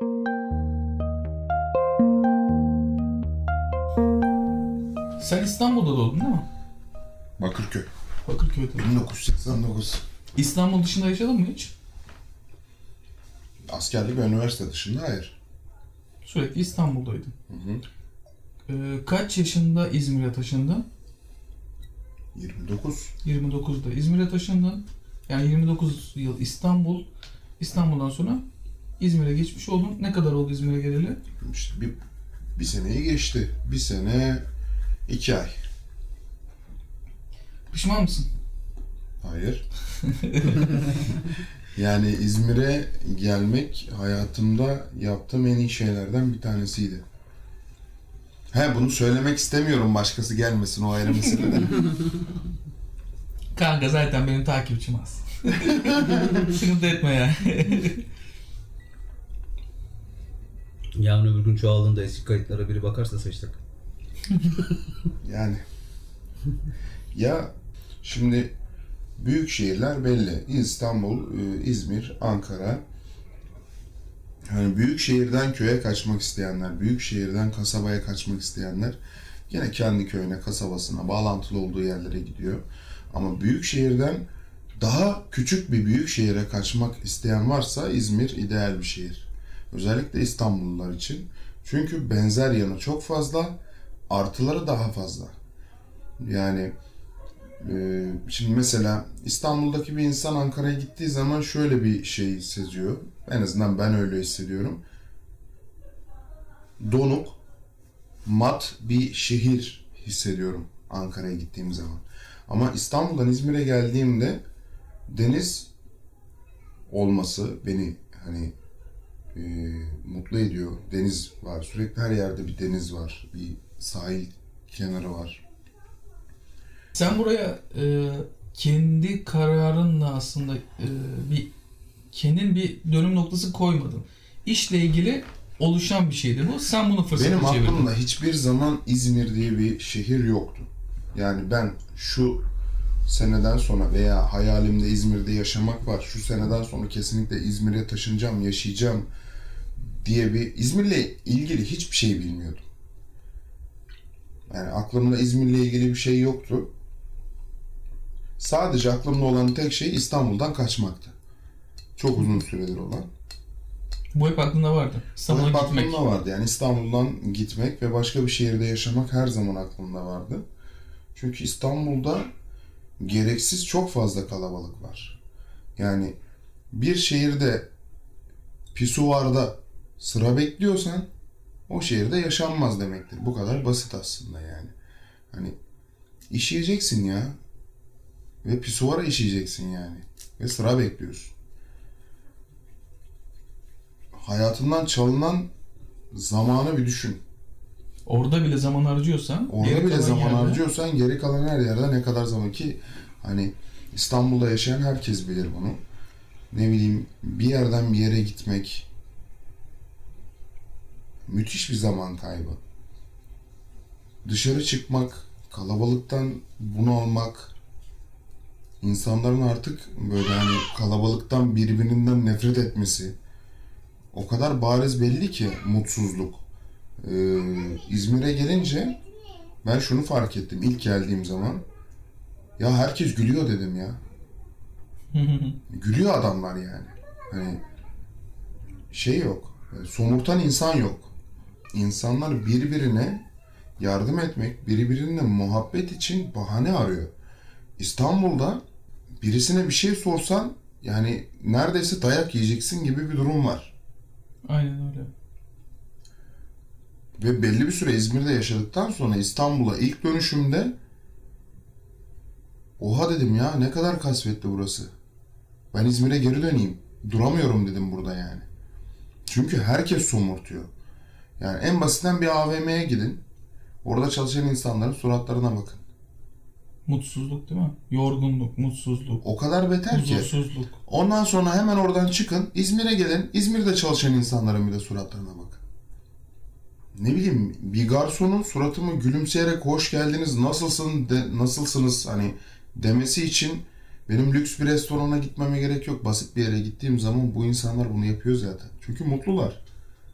Sen İstanbul'da doğdun değil mi? Bakırköy. Bakırköy'de. 1989. İstanbul dışında yaşadın mı hiç? Askerlik ve üniversite dışında hayır. Sürekli İstanbul'daydın. Hı hı. Kaç yaşında İzmir'e taşındın? 29. 29'da İzmir'e taşındın. Yani 29 yıl İstanbul. İstanbul'dan sonra İzmir'e geçmiş oldun. Ne kadar oldu İzmir'e geleli? İşte bir seneyi geçti. Bir sene 2 ay. Pişman mısın? Hayır. Yani İzmir'e gelmek hayatımda yaptığım en iyi şeylerden bir tanesiydi. Bunu söylemek istemiyorum, başkası gelmesin, o ayrı mesele de. Kanka zaten benim takipçim az. Sıkıntı etme ya. Yarın öbür gün çoğaldığında eski kayıtlara biri bakarsa sıçtık. Yani. Ya şimdi büyük şehirler belli. İstanbul, İzmir, Ankara. Hani büyük şehirden köye kaçmak isteyenler, büyük şehirden kasabaya kaçmak isteyenler yine kendi köyüne, kasabasına, bağlantılı olduğu yerlere gidiyor. Ama büyük şehirden daha küçük bir büyük şehire kaçmak isteyen varsa İzmir ideal bir şehir. Özellikle İstanbullular için. Çünkü benzer yanı çok fazla, artıları daha fazla. Yani şimdi mesela İstanbul'daki bir insan Ankara'ya gittiği zaman şöyle bir şey hissediyor. En azından ben öyle hissediyorum. Donuk, mat bir şehir hissediyorum Ankara'ya gittiğim zaman. Ama İstanbul'dan İzmir'e geldiğimde deniz olması beni mutlu ediyor. Deniz var. Sürekli her yerde bir deniz var. Bir sahil kenarı var. Sen buraya kendi kararınla aslında kendin bir dönüm noktası koymadın. İşle ilgili oluşan bir şeydi bu. Sen bunu fırsatı Benim çevirdin. aklımda hiçbir zaman İzmir diye bir şehir yoktu. Yani ben şu seneden sonra veya hayalimde İzmir'de yaşamak var, şu seneden sonra kesinlikle İzmir'e taşınacağım, yaşayacağım diye bir İzmir'le ilgili hiçbir şey bilmiyordum. Yani aklımda İzmir'le ilgili bir şey yoktu. Sadece aklımda olan tek şey İstanbul'dan kaçmaktı. Çok uzun süredir olan. Bu hep aklında vardı. Bu hep İstanbul'a gitmek. aklımda vardı. Yani İstanbul'dan gitmek ve başka bir şehirde yaşamak her zaman aklımda vardı. Çünkü İstanbul'da gereksiz çok fazla kalabalık var. Yani bir şehirde pisuvarda sıra bekliyorsan o şehirde yaşanmaz demektir. Bu kadar basit aslında yani. Hani işeyeceksin ya. Ve pisuvara işeyeceksin yani. Ve sıra bekliyorsun. Hayatından çalınan zamanı bir düşün. Orada bile zaman harcıyorsan, Orada bile zaman harcıyorsan geri kalan her yerde ne kadar zaman ki hani İstanbul'da yaşayan herkes bilir bunu. Ne bileyim bir yerden bir yere gitmek müthiş bir zaman kaybı. Dışarı çıkmak, kalabalıktan bunalmak, insanların artık böyle hani kalabalıktan birbirinden nefret etmesi o kadar bariz belli ki mutsuzluk. İzmir'e gelince ben şunu fark ettim ilk geldiğim zaman. Ya herkes gülüyor dedim ya. Gülüyor adamlar yani. Hani şey yok. Somurtan insan yok. İnsanlar birbirine yardım etmek, birbirine muhabbet için bahane arıyor. İstanbul'da birisine bir şey sorsan yani neredeyse dayak yiyeceksin gibi bir durum var. Aynen öyle. Ve belli bir süre İzmir'de yaşadıktan sonra İstanbul'a ilk dönüşümde oha dedim ya ne kadar kasvetli burası. Ben İzmir'e geri döneyim. Duramıyorum dedim burada yani. Çünkü herkes somurtuyor. Yani en basitinden bir AVM'ye gidin. Orada çalışan insanların suratlarına bakın. Mutsuzluk değil mi? Yorgunluk, mutsuzluk. O kadar beter ki. Huzursuzluk. Ondan sonra hemen oradan çıkın. İzmir'e gelin. İzmir'de çalışan insanların bir de suratlarına bakın. Ne bileyim bir garsonun suratımı gülümseyerek hoş geldiniz nasılsınız hani demesi için benim lüks bir restorana gitmeme gerek yok. Basit bir yere gittiğim zaman bu insanlar bunu yapıyor zaten. Çünkü mutlular.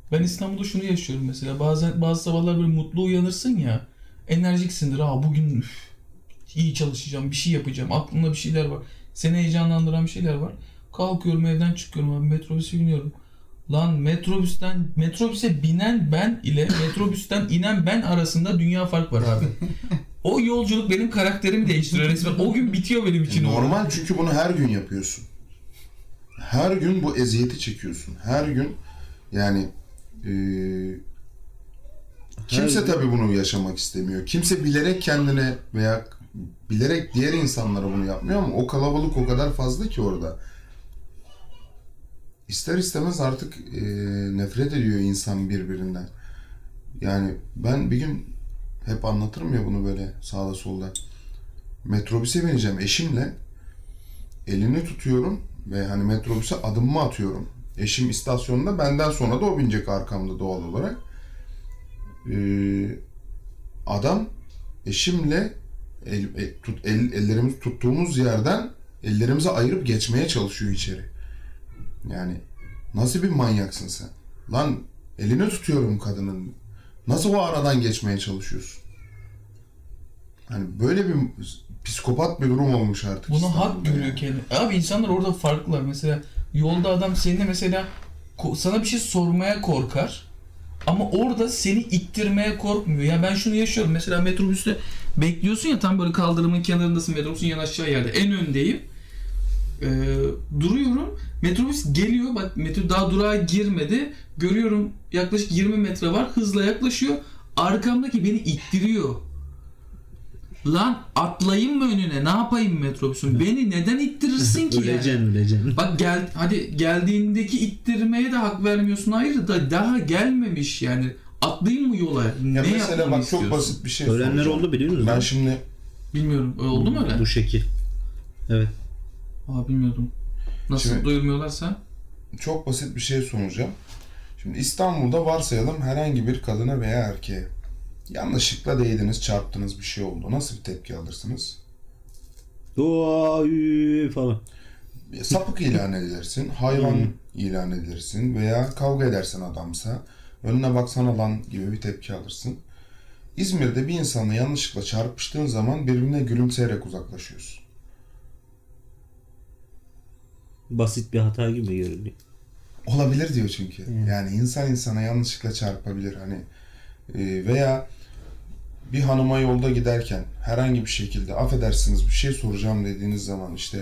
Ben İstanbul'da şunu yaşıyorum mesela. Bazı sabahlar böyle mutlu uyanırsın ya. Enerjiksindir. Bugün iyi çalışacağım, bir şey yapacağım. Aklımda bir şeyler var. Seni heyecanlandıran bir şeyler var. Kalkıyorum, evden çıkıyorum abi, metrobüse biniyorum. Lan metrobüse binen ben ile metrobüsten inen ben arasında dünya fark var abi. O yolculuk benim karakterimi değiştiriyor resmen. O gün bitiyor benim için. Normal, çünkü bunu her gün yapıyorsun. Her gün bu eziyeti çekiyorsun. Her gün yani kimse tabii bunu yaşamak istemiyor. Kimse bilerek kendine veya bilerek diğer insanlara bunu yapmıyor ama o kalabalık o kadar fazla ki orada. İster istemez artık nefret ediyor insan birbirinden. Yani ben bir gün hep anlatırım ya bunu böyle sağda solda. Metrobüse bineceğim eşimle, elini tutuyorum ve hani metrobüse adımımı atıyorum. Eşim istasyonda, benden sonra da o binecek arkamda doğal olarak. Adam eşimle ellerimizi tuttuğumuz yerden ellerimizi ayırıp geçmeye çalışıyor içeri. Yani nasıl bir manyaksın sen? Lan elini tutuyorum kadının. Nasıl o aradan geçmeye çalışıyorsun? Hani böyle bir psikopat bir durum olmuş artık. Bunu hak görüyor kendi. Abi insanlar orada farklılar. Mesela yolda adam seninle mesela sana bir şey sormaya korkar. Ama orada seni ittirmeye korkmuyor. Ya ben şunu yaşıyorum. Mesela metrobüste bekliyorsun ya, tam böyle kaldırımın kenarındasın. Metrobüsün yanaşacağı yerde. En öndeyim. Duruyorum. Metrobüs geliyor. Bak metrobüs daha durağa girmedi. Görüyorum yaklaşık 20 metre var. Hızla yaklaşıyor. Arkamdaki beni ittiriyor. Lan atlayayım mı önüne? Ne yapayım metrobüsün? Beni neden ittirirsin ki Öleceksin. Bak hadi geldiğindeki ittirmeye de hak vermiyorsun, ayrı da daha gelmemiş yani. Atlayayım mı yola? Ya ne mesela bak çok basit bir şey Ölenler soracağım. oldu biliyor musun? Ben şimdi bilmiyorum. Oldu mu öyle? Bu şekil. Evet. Bilmiyordum. Nasıl Şimdi- duyurmuyorlarsa? çok basit bir şey soracağım. Şimdi İstanbul'da varsayalım herhangi bir kadına veya erkeğe yanlışlıkla değdiniz, çarptınız, bir şey oldu. Nasıl bir tepki alırsınız? Doğa falan. Sapık ilan edilirsin, hayvan ilan edilirsin veya kavga edersin adamsa. Önüne baksana lan gibi bir tepki alırsın. İzmir'de bir insanla yanlışlıkla çarpıştığın zaman birbirine gülümseyerek uzaklaşıyorsun. Basit bir hata gibi görünüyor. Olabilir diyor çünkü. Yani insan insana yanlışlıkla çarpabilir hani veya bir hanıma yolda giderken herhangi bir şekilde affedersiniz bir şey soracağım dediğiniz zaman işte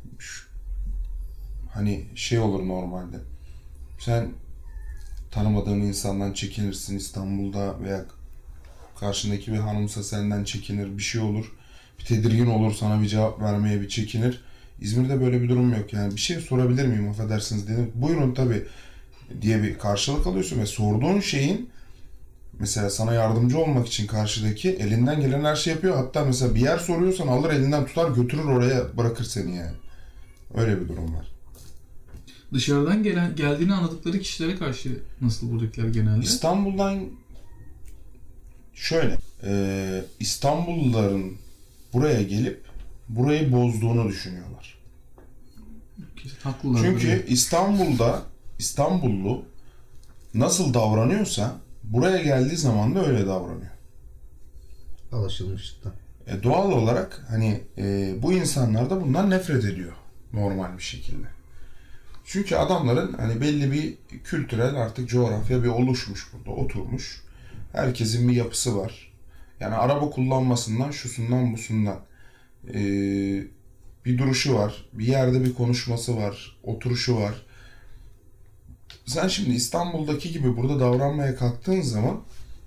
hani şey olur normalde. Sen tanımadığın insandan çekinirsin İstanbul'da veya karşındaki bir hanımsa senden çekinir, bir şey olur. Bir tedirgin olur, sana bir cevap vermeye bir çekinir. İzmir'de böyle bir durum yok. Yani bir şey sorabilir miyim affedersiniz dedim. Buyurun tabii diye bir karşılık alıyorsun ve sorduğun şeyin mesela sana yardımcı olmak için karşıdaki elinden gelen her şey yapıyor. Hatta mesela bir yer soruyorsan alır elinden tutar götürür oraya bırakır seni yani. Öyle bir durum var. Dışarıdan geldiğini anladıkları kişilere karşı nasıl buradakiler genelde? İstanbul'dan şöyle İstanbulluların buraya gelip burayı bozduğunu düşünüyorlar. Haklılar. Çünkü İstanbullu nasıl davranıyorsa buraya geldiği zaman da öyle davranıyor. Alışılmışlıktan. Doğal olarak hani bu insanlar da bundan nefret ediyor normal bir şekilde. Çünkü adamların hani belli bir kültürel artık coğrafya bir oluşmuş burada, oturmuş. Herkesin bir yapısı var. Yani araba kullanmasından, şusundan, busundan bir duruşu var. Bir yerde bir konuşması var, oturuşu var. Sen şimdi İstanbul'daki gibi burada davranmaya kalktığın zaman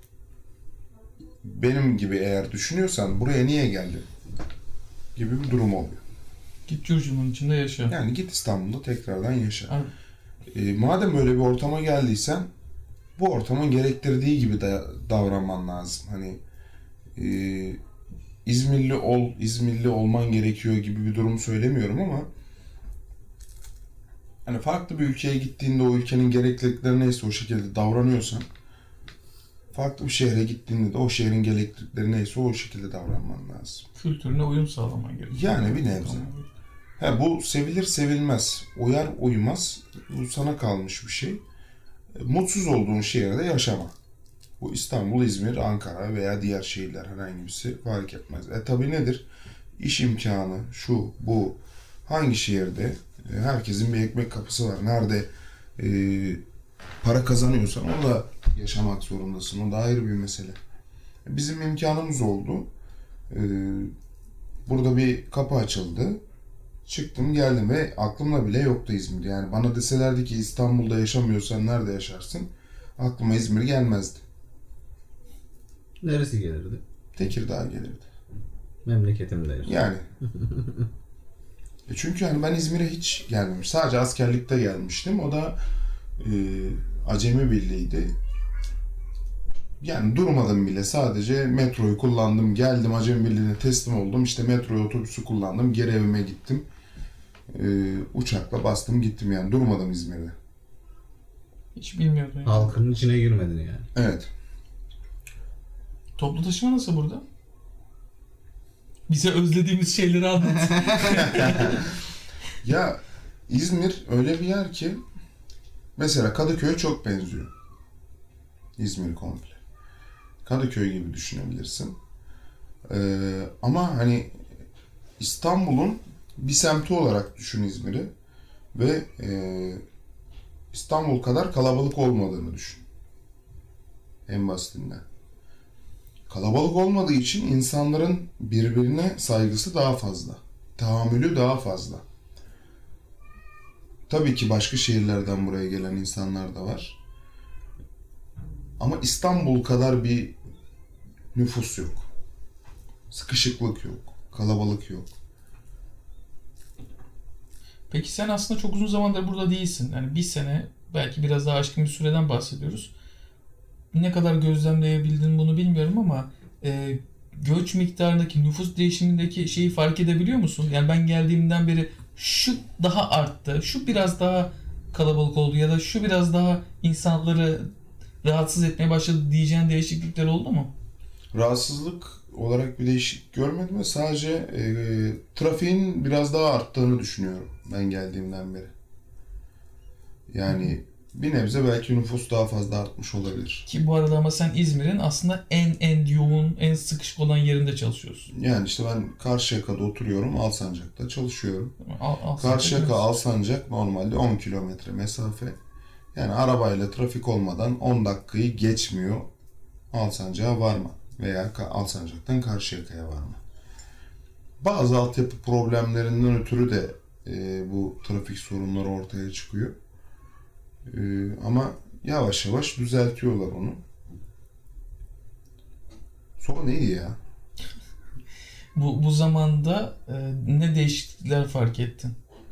benim gibi eğer düşünüyorsan buraya niye geldin gibi bir durum oluyor. Git curcunun içinde yaşa. Yani git İstanbul'da tekrardan yaşa. Abi, Madem öyle bir ortama geldiysen bu ortamın gerektirdiği gibi davranman lazım. Hani İzmirli olman gerekiyor gibi bir durum söylemiyorum ama hani farklı bir ülkeye gittiğinde o ülkenin gereklilikleri neyse o şekilde davranıyorsan farklı bir şehre gittiğinde de o şehrin gereklilikleri neyse o şekilde davranman lazım. kültürüne uyum sağlaman gerekiyor. Yani bir nebze. Bu sevilir sevilmez, uyar uymaz, bu sana kalmış bir şey. mutsuz olduğun şehirde yaşama. Bu İstanbul, İzmir, Ankara veya diğer şehirler herhangi birisi fark etmez. Tabii nedir? İş imkanı, şu, bu, hangi şehirde herkesin bir ekmek kapısı var. Nerede para kazanıyorsan orada yaşamak zorundasın. O da ayrı bir mesele. Bizim imkanımız oldu. Burada bir kapı açıldı. Çıktım geldim ve aklımda bile yoktu İzmir. Yani bana deselerdi ki İstanbul'da yaşamıyorsan nerede yaşarsın? Aklıma İzmir gelmezdi. Neresi gelirdi? Tekirdağ gelirdi. Memleketimde. Yani. Çünkü hani ben İzmir'e hiç gelmemiş. Sadece askerlikte gelmiştim. O da Acemi Birliği'ydi. Yani durmadım bile. Sadece metroyu kullandım. Geldim Acemi Birliği'ne teslim oldum. İşte metroyu, otobüsü kullandım. Geri evime gittim. Uçakla bastım gittim yani. Durmadım İzmir'de. Hiç bilmiyordum yani. Halkının içine girmedin yani. Evet. Toplu taşıma nasıl burada? Bize özlediğimiz şeyleri anlat. Ya İzmir öyle bir yer ki mesela Kadıköy'e çok benziyor. İzmir komple. Kadıköy gibi düşünebilirsin. Ama hani İstanbul'un bir semti olarak düşün İzmir'i ve İstanbul kadar kalabalık olmadığını düşün. En basitinden. Kalabalık olmadığı için insanların birbirine saygısı daha fazla. Tahammülü daha fazla. Tabii ki başka şehirlerden buraya gelen insanlar da var. Ama İstanbul kadar bir nüfus yok. Sıkışıklık yok. Kalabalık yok. Peki sen aslında çok uzun zamandır burada değilsin. Yani bir sene, belki biraz daha aşkın bir süreden bahsediyoruz. Ne kadar gözlemleyebildin bunu bilmiyorum ama göç miktarındaki, nüfus değişimindeki şeyi fark edebiliyor musun? Yani ben geldiğimden beri şu daha arttı, şu biraz daha kalabalık oldu ya da şu biraz daha insanları rahatsız etmeye başladı diyeceğin değişiklikler oldu mu? Rahatsızlık olarak bir değişiklik görmedim ve sadece trafiğin biraz daha arttığını düşünüyorum ben geldiğimden beri. Yani bir nebze belki nüfus daha fazla artmış olabilir. Ki bu arada ama sen İzmir'in aslında en yoğun, en sıkışık olan yerinde çalışıyorsun. Yani işte ben Karşıyaka'da oturuyorum, Alsancak'ta çalışıyorum. Alsancak Karşıyaka, Alsancak normalde 10 kilometre mesafe. Yani arabayla trafik olmadan 10 dakikayı geçmiyor Alsancak'a varma veya Alsancak'tan Karşıyaka'ya varma. Bazı altyapı problemlerinden ötürü de bu trafik sorunları ortaya çıkıyor. Ama yavaş yavaş düzeltiyorlar onu. Sonra neydi ya? Bu zamanda ne değişiklikler fark ettin?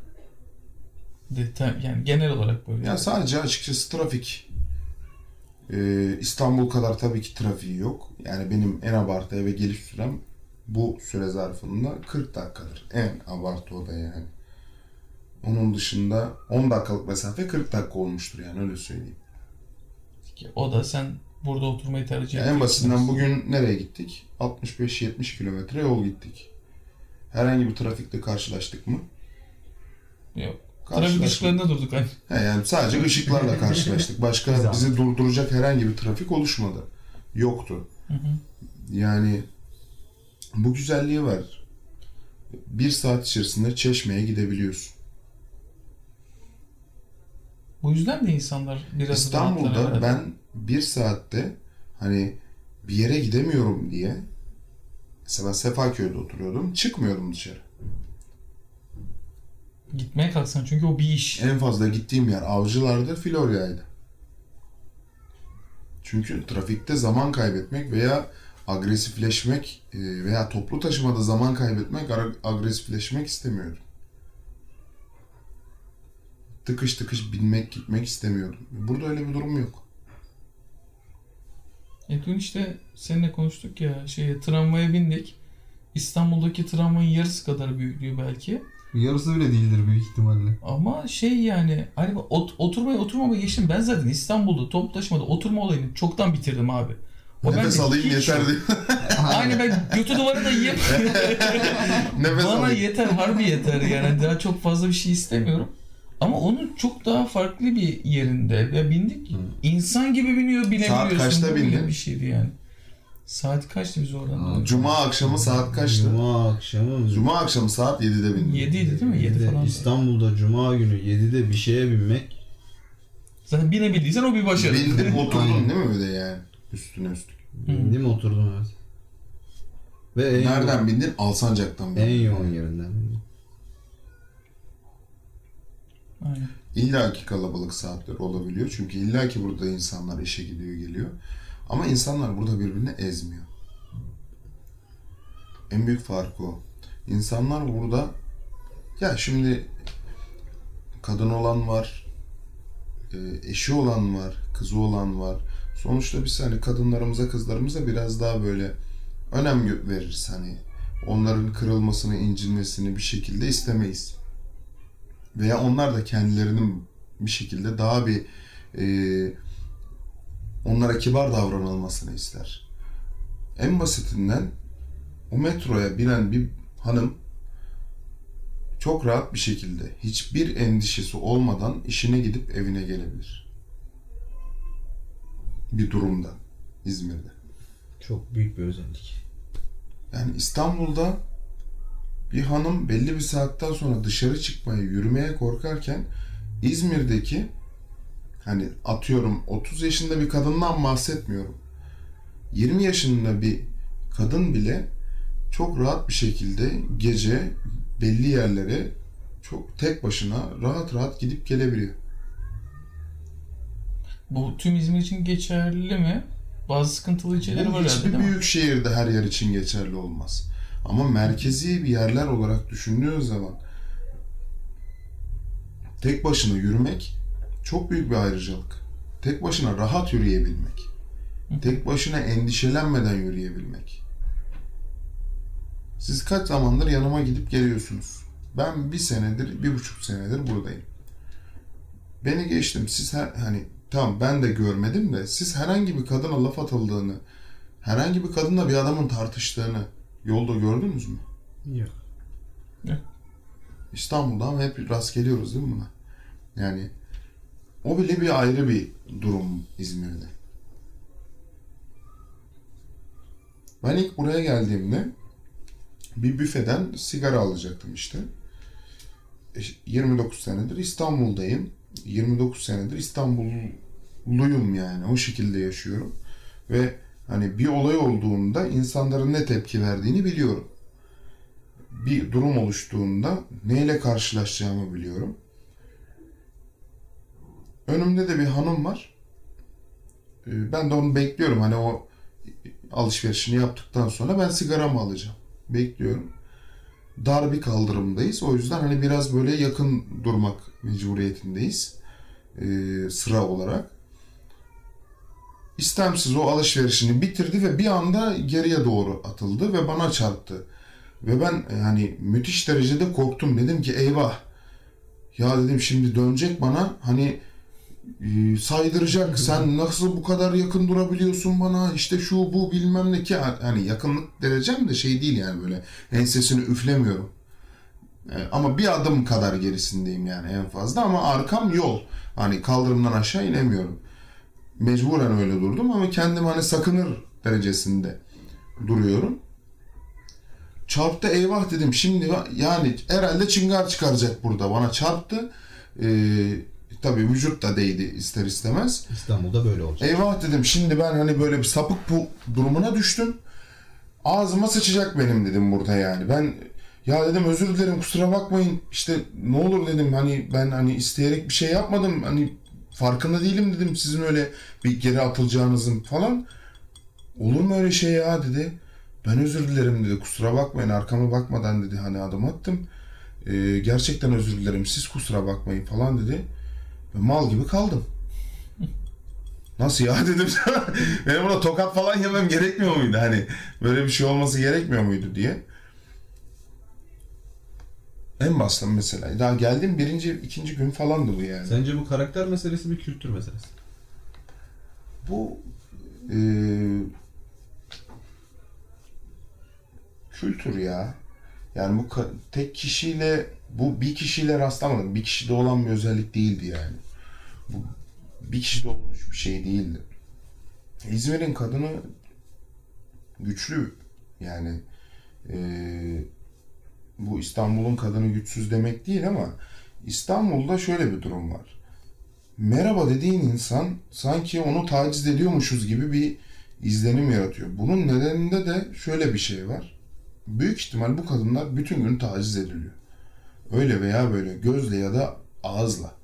Yani genel olarak böyle. Ya sadece açıkçası trafik. İstanbul kadar tabii ki trafiği yok. Yani benim en abartı eve geliş sürem bu süre zarfında 40 dakikadır. En abartı o da yani. Onun dışında 10 dakikalık mesafe 40 dakika olmuştur yani öyle söyleyeyim. O da sen burada oturmayı tercih ediyorsun. En basitinden bugün nereye gittik? 65-70 kilometre yol gittik. Herhangi bir trafikle karşılaştık mı? Yok. Trafik ışıklarında durduk hani. Yani sadece ışıklarla karşılaştık. Başka bizi durduracak herhangi bir trafik oluşmadı. Yoktu. Hı hı. Yani bu güzelliği var. 1 saat içerisinde Çeşme'ye gidebiliyorsun. Bu yüzden de insanlar biraz İstanbul'da ben 1 saatte hani bir yere gidemiyorum diye mesela ben Sefaköy'de oturuyordum. Çıkmıyordum dışarı. Gitmeye kalksan çünkü o bir iş. En fazla gittiğim yer Avcılar'da, Florya'ydı. Çünkü trafikte zaman kaybetmek veya agresifleşmek veya toplu taşımada zaman kaybetmek, agresifleşmek istemiyordum. Tıkış tıkış binmek, gitmek istemiyordum. Burada öyle bir durum yok. Dün işte seninle konuştuk ya, tramvaya bindik. İstanbul'daki tramvayın yarısı kadar büyüklüğü belki. Yarısı bile değildir büyük ihtimalle. Ama yani hani oturmaya geçtim. Ben zaten İstanbul'da toplu taşımada oturma olayını çoktan bitirdim abi. Nefes alayım yeter diye. Aynen, ben götü duvara da yiyeyim. Nefes Bana alayım. yeter, harbi yeter yani. Daha çok fazla bir şey istemiyorum. Ama onun çok daha farklı bir yerinde ve bindik. Hı. İnsan gibi biniyor, binebiliyorsun. Saat kaçta Bu bile bindin? bir şeydi yani. Saat kaçtı biz oradan? döndük? Cuma akşamı saat kaçtı? Cuma Akşamı saat 7'de bindim. 7'ydi değil mi? 7 7'de falan. İstanbul'da Cuma günü 7'de bir şeye binmek. Zaten binebildiysen o bir başarı. Bindim oturdum Aynen. değil mi bir de yani? Üstüne üstlük. Bindim oturdum evet. Ve en Nereden bindin? Alsancak'tan bindin. En yoğun yerinden. Aynen. İlla ki kalabalık saatler olabiliyor. Çünkü illa ki burada insanlar işe gidiyor geliyor. Ama insanlar burada birbirini ezmiyor. En büyük farkı o. İnsanlar burada ya şimdi kadın olan var, eşi olan var, kızı olan var. Sonuçta biz hani kadınlarımıza, kızlarımıza biraz daha böyle önem veririz. Hani onların kırılmasını, incinmesini bir şekilde istemeyiz. Veya onlar da kendilerinin bir şekilde daha bir onlara kibar davranılmasını ister. En basitinden o metroya binen bir hanım çok rahat bir şekilde hiçbir endişesi olmadan işine gidip evine gelebilir. Bir durumda İzmir'de. Çok büyük bir özellik. Yani İstanbul'da bir hanım belli bir saatten sonra dışarı çıkmaya, yürümeye korkarken İzmir'deki hani atıyorum 30 yaşında bir kadından bahsetmiyorum. 20 yaşında bir kadın bile çok rahat bir şekilde gece belli yerlere çok tek başına rahat rahat gidip gelebiliyor. Bu tüm İzmir için geçerli mi? Bazı sıkıntılı ilçeleri Bu var herhalde hiçbir değil mi? büyük şehirde her yer için geçerli olmaz. Ama merkezi bir yerler olarak düşündüğün zaman tek başına yürümek çok büyük bir ayrıcalık. Tek başına rahat yürüyebilmek. Tek başına endişelenmeden yürüyebilmek. Siz kaç zamandır yanıma gidip geliyorsunuz. Ben 1,5 senedir buradayım. Beni geçtim. Siz hani tamam ben de görmedim de siz herhangi bir kadına laf atıldığını, herhangi bir kadınla bir adamın tartıştığını yolda gördünüz mü? Yok. İstanbul'da ama hep rast geliyoruz değil mi buna? Yani o bile bir ayrı bir durum İzmir'de. Ben ilk buraya geldiğimde bir büfeden sigara alacaktım işte. 29 senedir İstanbul'dayım. 29 senedir İstanbulluyum yani. O şekilde yaşıyorum. Ve hani bir olay olduğunda insanların ne tepki verdiğini biliyorum. Bir durum oluştuğunda neyle karşılaşacağımı biliyorum. Önümde de bir hanım var. Ben de onu bekliyorum. Hani o alışverişini yaptıktan sonra ben sigaramı alacağım. Bekliyorum. Dar bir kaldırımdayız. O yüzden hani biraz böyle yakın durmak mecburiyetindeyiz. Sıra olarak. İstemsiz o alışverişini bitirdi ve bir anda geriye doğru atıldı ve bana çarptı. Ve ben hani müthiş derecede korktum. Dedim ki eyvah. Ya dedim şimdi dönecek bana hani saydıracak. Sen nasıl bu kadar yakın durabiliyorsun bana? İşte şu bu bilmem ne ki. Hani yakınlık derecem de şey değil yani böyle ensesini üflemiyorum. Ama bir adım kadar gerisindeyim yani en fazla ama arkam yol. Hani kaldırımdan aşağı inemiyorum. Mecburen öyle durdum ama kendim hani sakınır derecesinde duruyorum. Çarptı eyvah dedim şimdi yani herhalde çıngar çıkaracak burada. Bana çarptı. Tabii vücut da değdi ister istemez. İstanbul'da böyle olacak. Eyvah dedim şimdi ben hani böyle bir sapık bu durumuna düştüm. Ağzıma sıçacak benim dedim burada yani. Ben ya dedim özür dilerim kusura bakmayın işte ne olur dedim hani ben hani isteyerek bir şey yapmadım hani farkında değilim dedim sizin öyle bir geri atılacağınızın falan. Olur mu öyle şey ya dedi. Ben özür dilerim dedi kusura bakmayın arkama bakmadan dedi hani adım attım. Gerçekten özür dilerim siz kusura bakmayın falan dedi. Ve mal gibi kaldım. Nasıl ya dedim sana. Benim buna tokat falan yemem gerekmiyor muydu? Hani böyle bir şey olması gerekmiyor muydu diye. En baştan mesela. Daha geldim ikinci gün falandı bu yani. Sence bu karakter meselesi bir kültür meselesi? Bu kültür ya. Yani bu tek kişiyle Bu bir kişiyle rastlamadım. Bir kişide olan bir özellik değildi yani. Bu bir kişide olmuş bir şey değildi. İzmir'in kadını güçlü yani. Bu İstanbul'un kadını güçsüz demek değil ama İstanbul'da şöyle bir durum var. Merhaba dediğin insan sanki onu taciz ediyormuşuz gibi bir izlenim yaratıyor. Bunun nedeninde de şöyle bir şey var. Büyük ihtimal bu kadınlar bütün gün taciz ediliyor. Öyle veya böyle gözle ya da ağızla.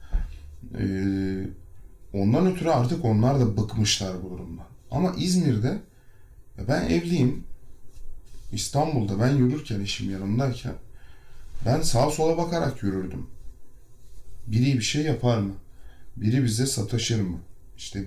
Ondan ötürü artık onlar da bıkmışlar bu durumdan. Ama İzmir'de ben evliyim. İstanbul'da ben yürürken, eşim yanımdayken ben sağa sola bakarak yürürdüm. Biri bir şey yapar mı? Biri bize sataşır mı? İşte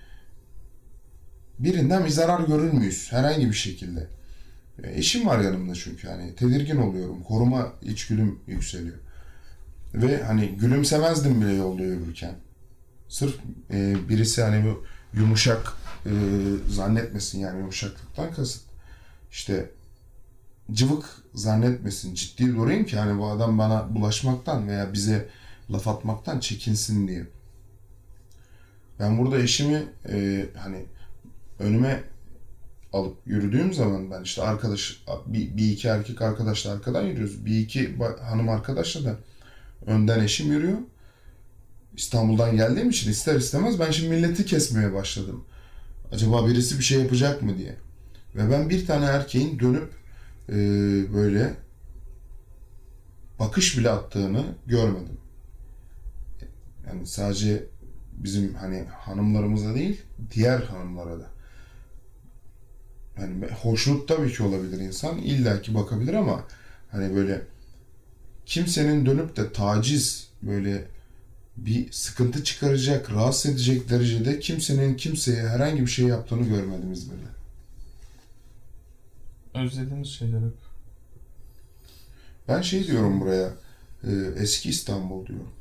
birinden bir zarar görür müyüz? Herhangi bir şekilde. Eşim var yanımda çünkü hani tedirgin oluyorum. Koruma içgüdüm yükseliyor. Ve hani gülümsemezdim bile yolda yürürken. Sırf birisi hani bu yumuşak zannetmesin yani yumuşaklıktan kasıt. İşte cıvık zannetmesin. Ciddi durayım ki hani bu adam bana bulaşmaktan veya bize laf atmaktan çekinsin diye. Ben burada eşimi hani önüme alıp yürüdüğüm zaman ben işte arkadaş bir iki erkek arkadaşla arkadan yürüyoruz. Bir iki hanım arkadaşla da önden eşim yürüyor. İstanbul'dan geldiğim için ister istemez ben şimdi milleti kesmeye başladım. Acaba birisi bir şey yapacak mı diye. Ve ben bir tane erkeğin dönüp böyle bakış bile attığını görmedim. Yani sadece bizim hani hanımlarımıza değil, diğer hanımlara da. Yani hoşnut tabii ki olabilir insan, illaki bakabilir ama hani böyle kimsenin dönüp de taciz böyle bir sıkıntı çıkaracak, rahatsız edecek derecede kimsenin kimseye herhangi bir şey yaptığını görmedim İzmir'de. Özlediğimiz şeyler hep. Ben şey diyorum buraya, eski İstanbul diyorum.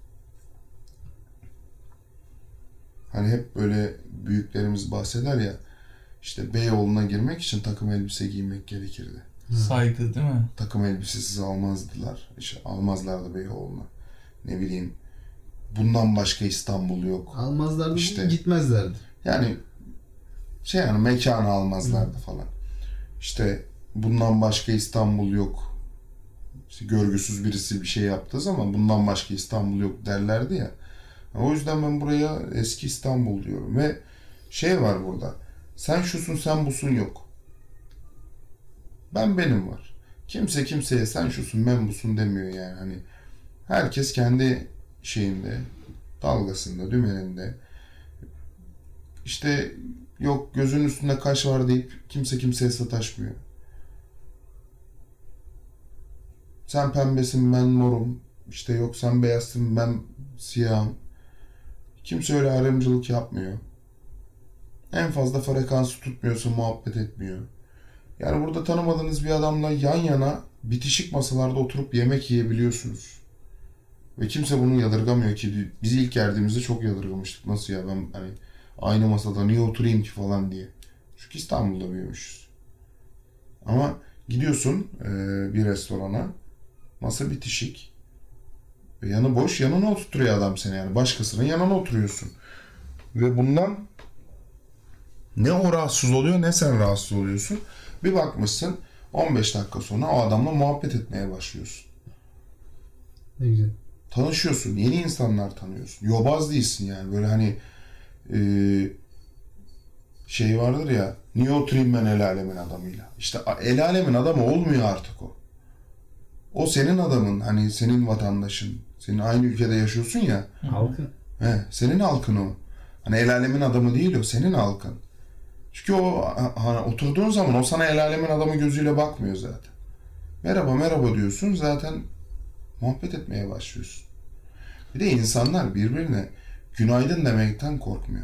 Hani hep böyle büyüklerimiz bahseder ya, işte Beyoğlu'na girmek için takım elbise giymek gerekirdi. Saygı değil mi? Takım elbisesiz almazdılar. İşte almazlardı Beyoğlu'na. Ne bileyim, bundan başka İstanbul yok. Almazlardı, İşte, gitmezlerdi. Yani şey yani mekanı almazlardı falan. İşte bundan başka İstanbul yok. İşte görgüsüz birisi bir şey yaptığı zaman bundan başka İstanbul yok derlerdi ya. O yüzden ben buraya eski İstanbul diyorum ve şey var burada. Sen şusun sen busun yok. Ben benim var. Kimse kimseye sen şusun ben busun demiyor yani. Hani herkes kendi şeyinde, dalgasında, dümeninde. İşte yok gözünün üstünde kaş var deyip kimse kimseye sataşmıyor. Sen pembesin ben morum. İşte yok sen beyazsın ben siyahım. Kimse öyle ayrımcılık yapmıyor. En fazla frekansı tutmuyorsa muhabbet etmiyor. Yani burada tanımadığınız bir adamla yan yana bitişik masalarda oturup yemek yiyebiliyorsunuz. Ve kimse bunu yadırgamıyor ki. Biz ilk geldiğimizde çok yadırgamıştık. Nasıl ya ben hani aynı masada niye oturayım ki falan diye. Çünkü İstanbul'da büyümüşüz. Ama gidiyorsun bir restorana, masa bitişik. Ve yanı boş, yanına oturtuyor adam seni yani. Başkasının yanına oturuyorsun. Ve bundan ne o rahatsız oluyor ne sen rahatsız oluyorsun. Bir bakmışsın 15 dakika sonra o adamla muhabbet etmeye başlıyorsun. Ne güzel. Tanışıyorsun, yeni insanlar tanıyorsun. Yobaz değilsin yani böyle hani şey vardır ya, niye oturayım ben el alemin adamıyla? İşte el alemin adamı olmuyor artık o. O senin adamın, hani senin vatandaşın. Senin aynı ülkede yaşıyorsun ya. Halkın. Senin halkın o. Hani el alemin adamı değil o, senin halkın. Çünkü o hani oturduğun zaman o sana el alemin adamı gözüyle bakmıyor zaten. Merhaba merhaba diyorsun zaten muhabbet etmeye başlıyorsun. Bir de insanlar birbirine günaydın demekten korkmuyor.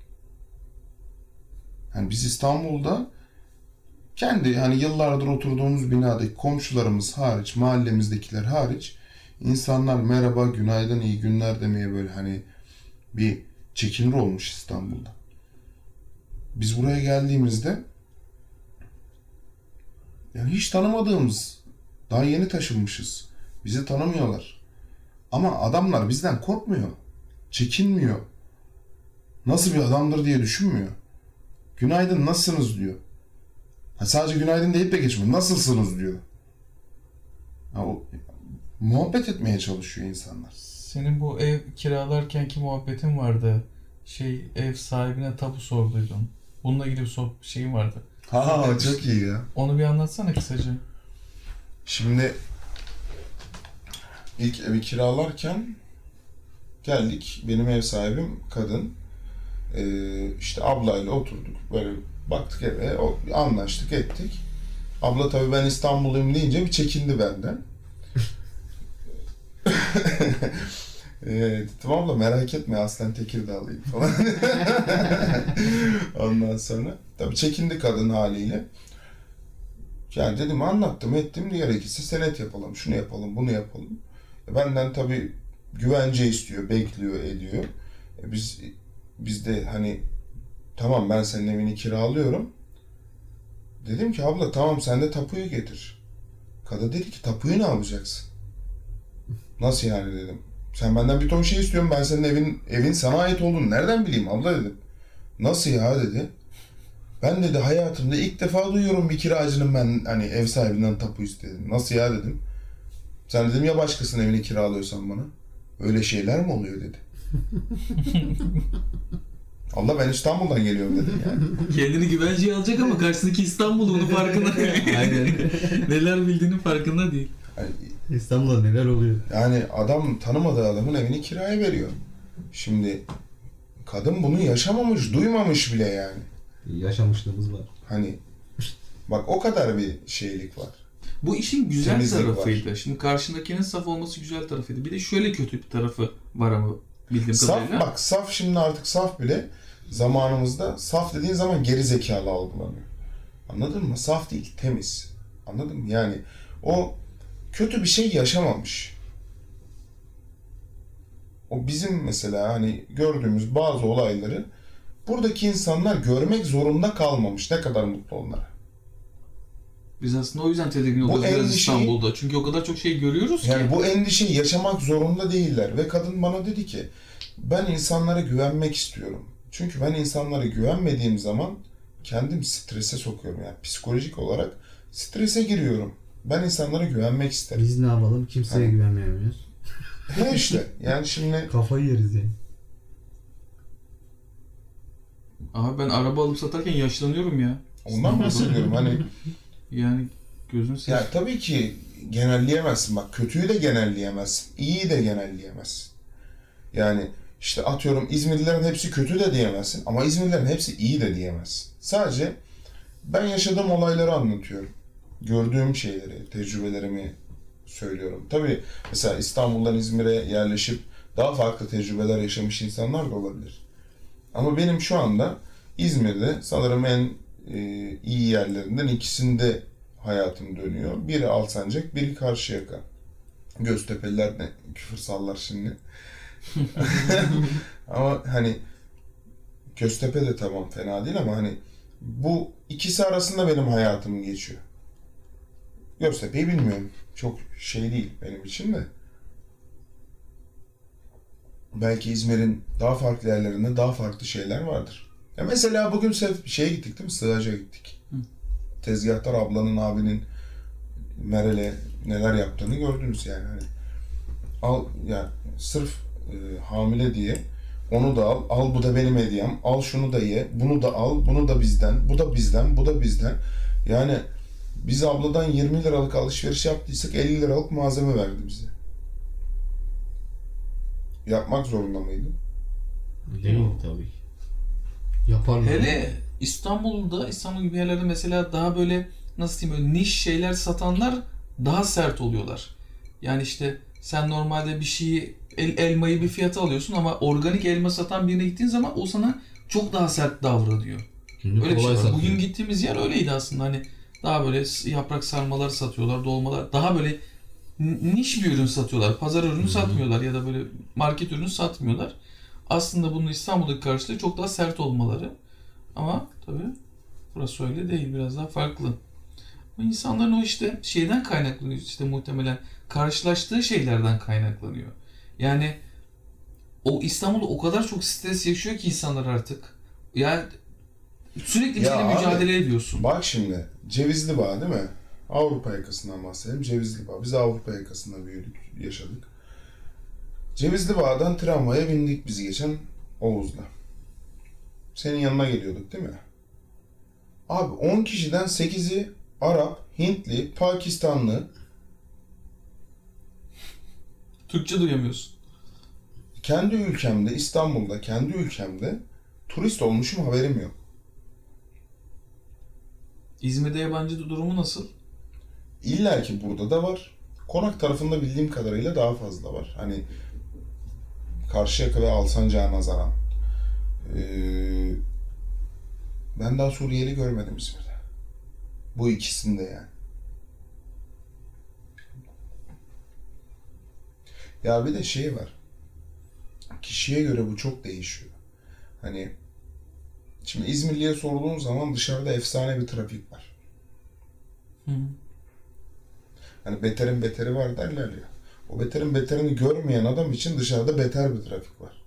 Yani biz İstanbul'da kendi hani yıllardır oturduğumuz binadaki komşularımız hariç, mahallemizdekiler hariç insanlar merhaba, günaydın, iyi günler demeye böyle hani bir çekinir olmuş İstanbul'da. Biz buraya geldiğimizde yani hiç tanımadığımız, daha yeni taşınmışız. Bizi tanımıyorlar. Ama adamlar bizden korkmuyor. Çekinmiyor. Nasıl bir adamdır diye düşünmüyor. Günaydın, nasılsınız diyor. Sadece günaydın deyip de geçmiyor. Nasılsınız diyor. Muhabbet etmeye çalışıyor insanlar. Senin bu ev kiralarkenki muhabbetin vardı. Ev sahibine tapu sorduydun. Bununla ilgili bir şeyin vardı. Çok iyi ya. Onu bir anlatsana kısaca. Şimdi ilk evi kiralarken geldik. Benim ev sahibim kadın. İşte ablayla oturduk. Böyle baktık eve, anlaştık ettik. Abla tabii ben İstanbulluyum deyince bir çekindi benden. Dedim abla merak etme aslen Tekirdağlıyım falan. Ondan sonra tabii çekindi kadın haliyle. Yani dedim anlattım ettim, gerekirse senet yapalım, şunu yapalım, bunu yapalım. Benden tabii güvence istiyor, bekliyor, ediyor. Biz de hani tamam ben senin evini kiralıyorum. Dedim ki abla tamam sen de tapuyu getir. Kadın dedi ki tapuyu ne yapacaksın? Nasıl yani dedim. Sen benden bir ton şey istiyorsun, ben senin evin sana ait olduğunu nereden bileyim abla dedim. Nasıl ya dedi. Ben dedi hayatımda ilk defa duyuyorum bir kiracının ben hani ev sahibinden tapu istedim. Nasıl ya dedim. Sen dedim ya başkasının evini kiralıyorsan bana. Öyle şeyler mi oluyor dedi. Allah ben İstanbul'dan geliyorum dedim yani. Kendini güvenceye alacak ama karşısındaki İstanbul onun farkında değil. Aynen. Neler bildiğinin farkında değil. Yani, İstanbul'da neler oluyor? yani adam tanımadığı adamın evini kiraya veriyor. Şimdi kadın bunu yaşamamış, duymamış bile yani. Yaşamışlığımız var. Hani bak o kadar bir şeylik var. Bu işin güzel Temizlik tarafıydı. var. Şimdi karşındakinin saf olması güzel tarafıydı. Bir de şöyle kötü bir tarafı var ama bildiğim kadarıyla. Saf bak saf şimdi artık saf bile zamanımızda saf dediğin zaman geri zekalı algılanıyor. Anladın mı? Saf değil, temiz. Anladın mı? Yani o kötü bir şey yaşamamış. O bizim mesela hani gördüğümüz bazı olayları buradaki insanlar görmek zorunda kalmamış. Ne kadar mutlu onlar. Biz aslında o yüzden tedirgin Bu oluyoruz biraz endişeyi- İstanbul'da. Çünkü o kadar çok şey görüyoruz ki. Yani bu endişeyi yaşamak zorunda değiller. Ve kadın bana dedi ki ben insanlara güvenmek istiyorum. Çünkü ben insanlara güvenmediğim zaman kendim strese sokuyorum. Yani psikolojik olarak strese giriyorum. Ben insanlara güvenmek isterim. Biz ne yapalım? Kimseye Hani- güvenmiyoruz. He işte yani şimdi Kafayı yeriz yani. Abi ben araba alıp satarken yaşlanıyorum ya. ondan bahsediyorum hani Yani gözün seveyim. ya tabii ki genelleyemezsin bak kötüyü de genelleyemezsin. İyiyi de genelleyemezsin. Yani işte atıyorum İzmirlilerin hepsi kötü de diyemezsin ama İzmirlilerin hepsi iyi de diyemezsin. Sadece ben yaşadığım olayları anlatıyorum. Gördüğüm şeyleri, tecrübelerimi söylüyorum. Tabii mesela İstanbul'dan İzmir'e yerleşip daha farklı tecrübeler yaşamış insanlar da olabilir. Ama benim şu anda İzmir'de sanırım en iyi yerlerinden ikisinde hayatım dönüyor. Biri Alsancak, biri Karşıyaka. Göztepe'liler ne küfür sallar şimdi. Ama hani Göztepe de tamam fena değil ama hani bu ikisi arasında benim hayatım geçiyor. Göztepe'yi bilmiyorum. Çok şey değil benim için de. Belki İzmir'in daha farklı yerlerinde daha farklı şeyler vardır. Ya mesela bugün şeye gittik değil mi? Sığaca gittik. Hı. Tezgahtar ablanın, abinin Meral'e neler yaptığını gördünüz yani. Hani al ya sırf hamile diye onu da al bu da benim hediyem, al şunu da ye, bunu da al, bunu da bizden, bu da bizden, bu da bizden. Yani biz abladan 20 liralık alışveriş yaptıysak 50 liralık malzeme verdi bize. Yapmak zorunda mıydı? Değil tabii ki. Yaparlar. Hele İstanbul gibi yerlerde mesela daha böyle nasıl diyeyim böyle niş şeyler satanlar daha sert oluyorlar. Yani işte sen normalde bir şeyi elmayı bir fiyata alıyorsun ama organik elma satan birine gittiğin zaman o sana çok daha sert davranıyor. Şimdi Öyle bir şey kolay var. satıyor. Bugün gittiğimiz yer öyleydi aslında. Hani daha böyle yaprak sarmalar satıyorlar, dolmalar. Daha böyle niş bir ürün satıyorlar. Pazar ürünü satmıyorlar ya da böyle market ürünü satmıyorlar. Aslında bunun İstanbul'daki karşılığı çok daha sert olmaları. Ama tabii burası öyle değil. Biraz daha farklı. İnsanların o işte şeyden kaynaklanıyor işte muhtemelen. Karşılaştığı şeylerden kaynaklanıyor. Yani o İstanbul'da o kadar çok stres yaşıyor ki insanlar artık. Yani sürekli bir Ya şeyle abi, mücadele ediyorsun. Bak şimdi Cevizli Bağ değil mi? Avrupa yakasından bahsedelim. Cevizli Bağ. Biz Avrupa yakasında büyüdük, yaşadık. Cevizli Bağ'dan tramvaya bindik biz geçen Oğuz'la. Senin yanına geliyorduk değil mi? Abi 10 kişiden 8'i Arap, Hintli, Pakistanlı. Türkçe duyamıyorsun. Kendi ülkemde, İstanbul'da, kendi ülkemde turist olmuşum, haberim yok. İzmir'de yabancı durumu nasıl? İlla ki burada da var. Konak tarafında bildiğim kadarıyla daha fazla var. Hani Karşıyaka ve Alsancak'a nazaran. Ben daha Suriyeli görmedim İzmir'de. Bu ikisinde yani. Ya bir de şey var. Kişiye göre bu çok değişiyor. Hani şimdi İzmirli'ye sorduğun zaman dışarıda efsane bir trafik var. Hı. Hani beterin beteri var derler ya. O beterin beterini görmeyen adam için dışarıda beter bir trafik var.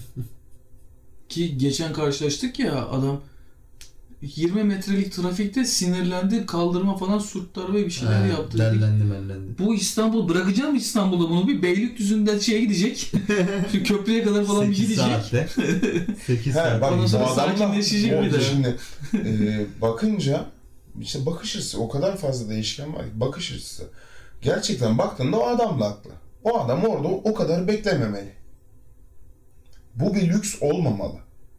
Ki geçen karşılaştık ya, adam 20 metrelik trafikte sinirlendi, kaldırma falan sürttü ve bir şeyler yaptı. Dellendi. Bu İstanbul, bırakacağım İstanbul'da bunu, bir Beylikdüzü'nden şeye gidecek. Şu köprüye kadar falan bir 8 gidecek. saatte. 8 He, saatte. bak Ondan bu sonra adamla sakinleşecek bir de. şimdi bakınca işte bakış açısı o kadar fazla değişken var ki bakış açısı. Gerçekten baktığında o adam da haklı. O adam orada o kadar beklememeli. Bu bir lüks olmamalı.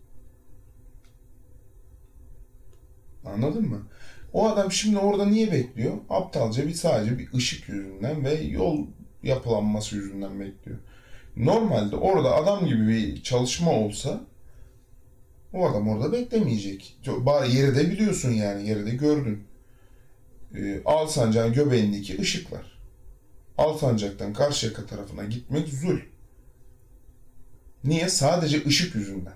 Anladın mı? O adam şimdi orada niye bekliyor? Aptalca sadece bir ışık yüzünden ve yol yapılanması yüzünden bekliyor. Normalde orada adam gibi bir çalışma olsa o adam orada beklemeyecek. Bari yeri de biliyorsun yani. Yeri de gördün. Alsancak'ın göbeğindeki ışıklar. Alsancak'tan Karşıyaka tarafına gitmek zul. Niye? Sadece ışık yüzünden.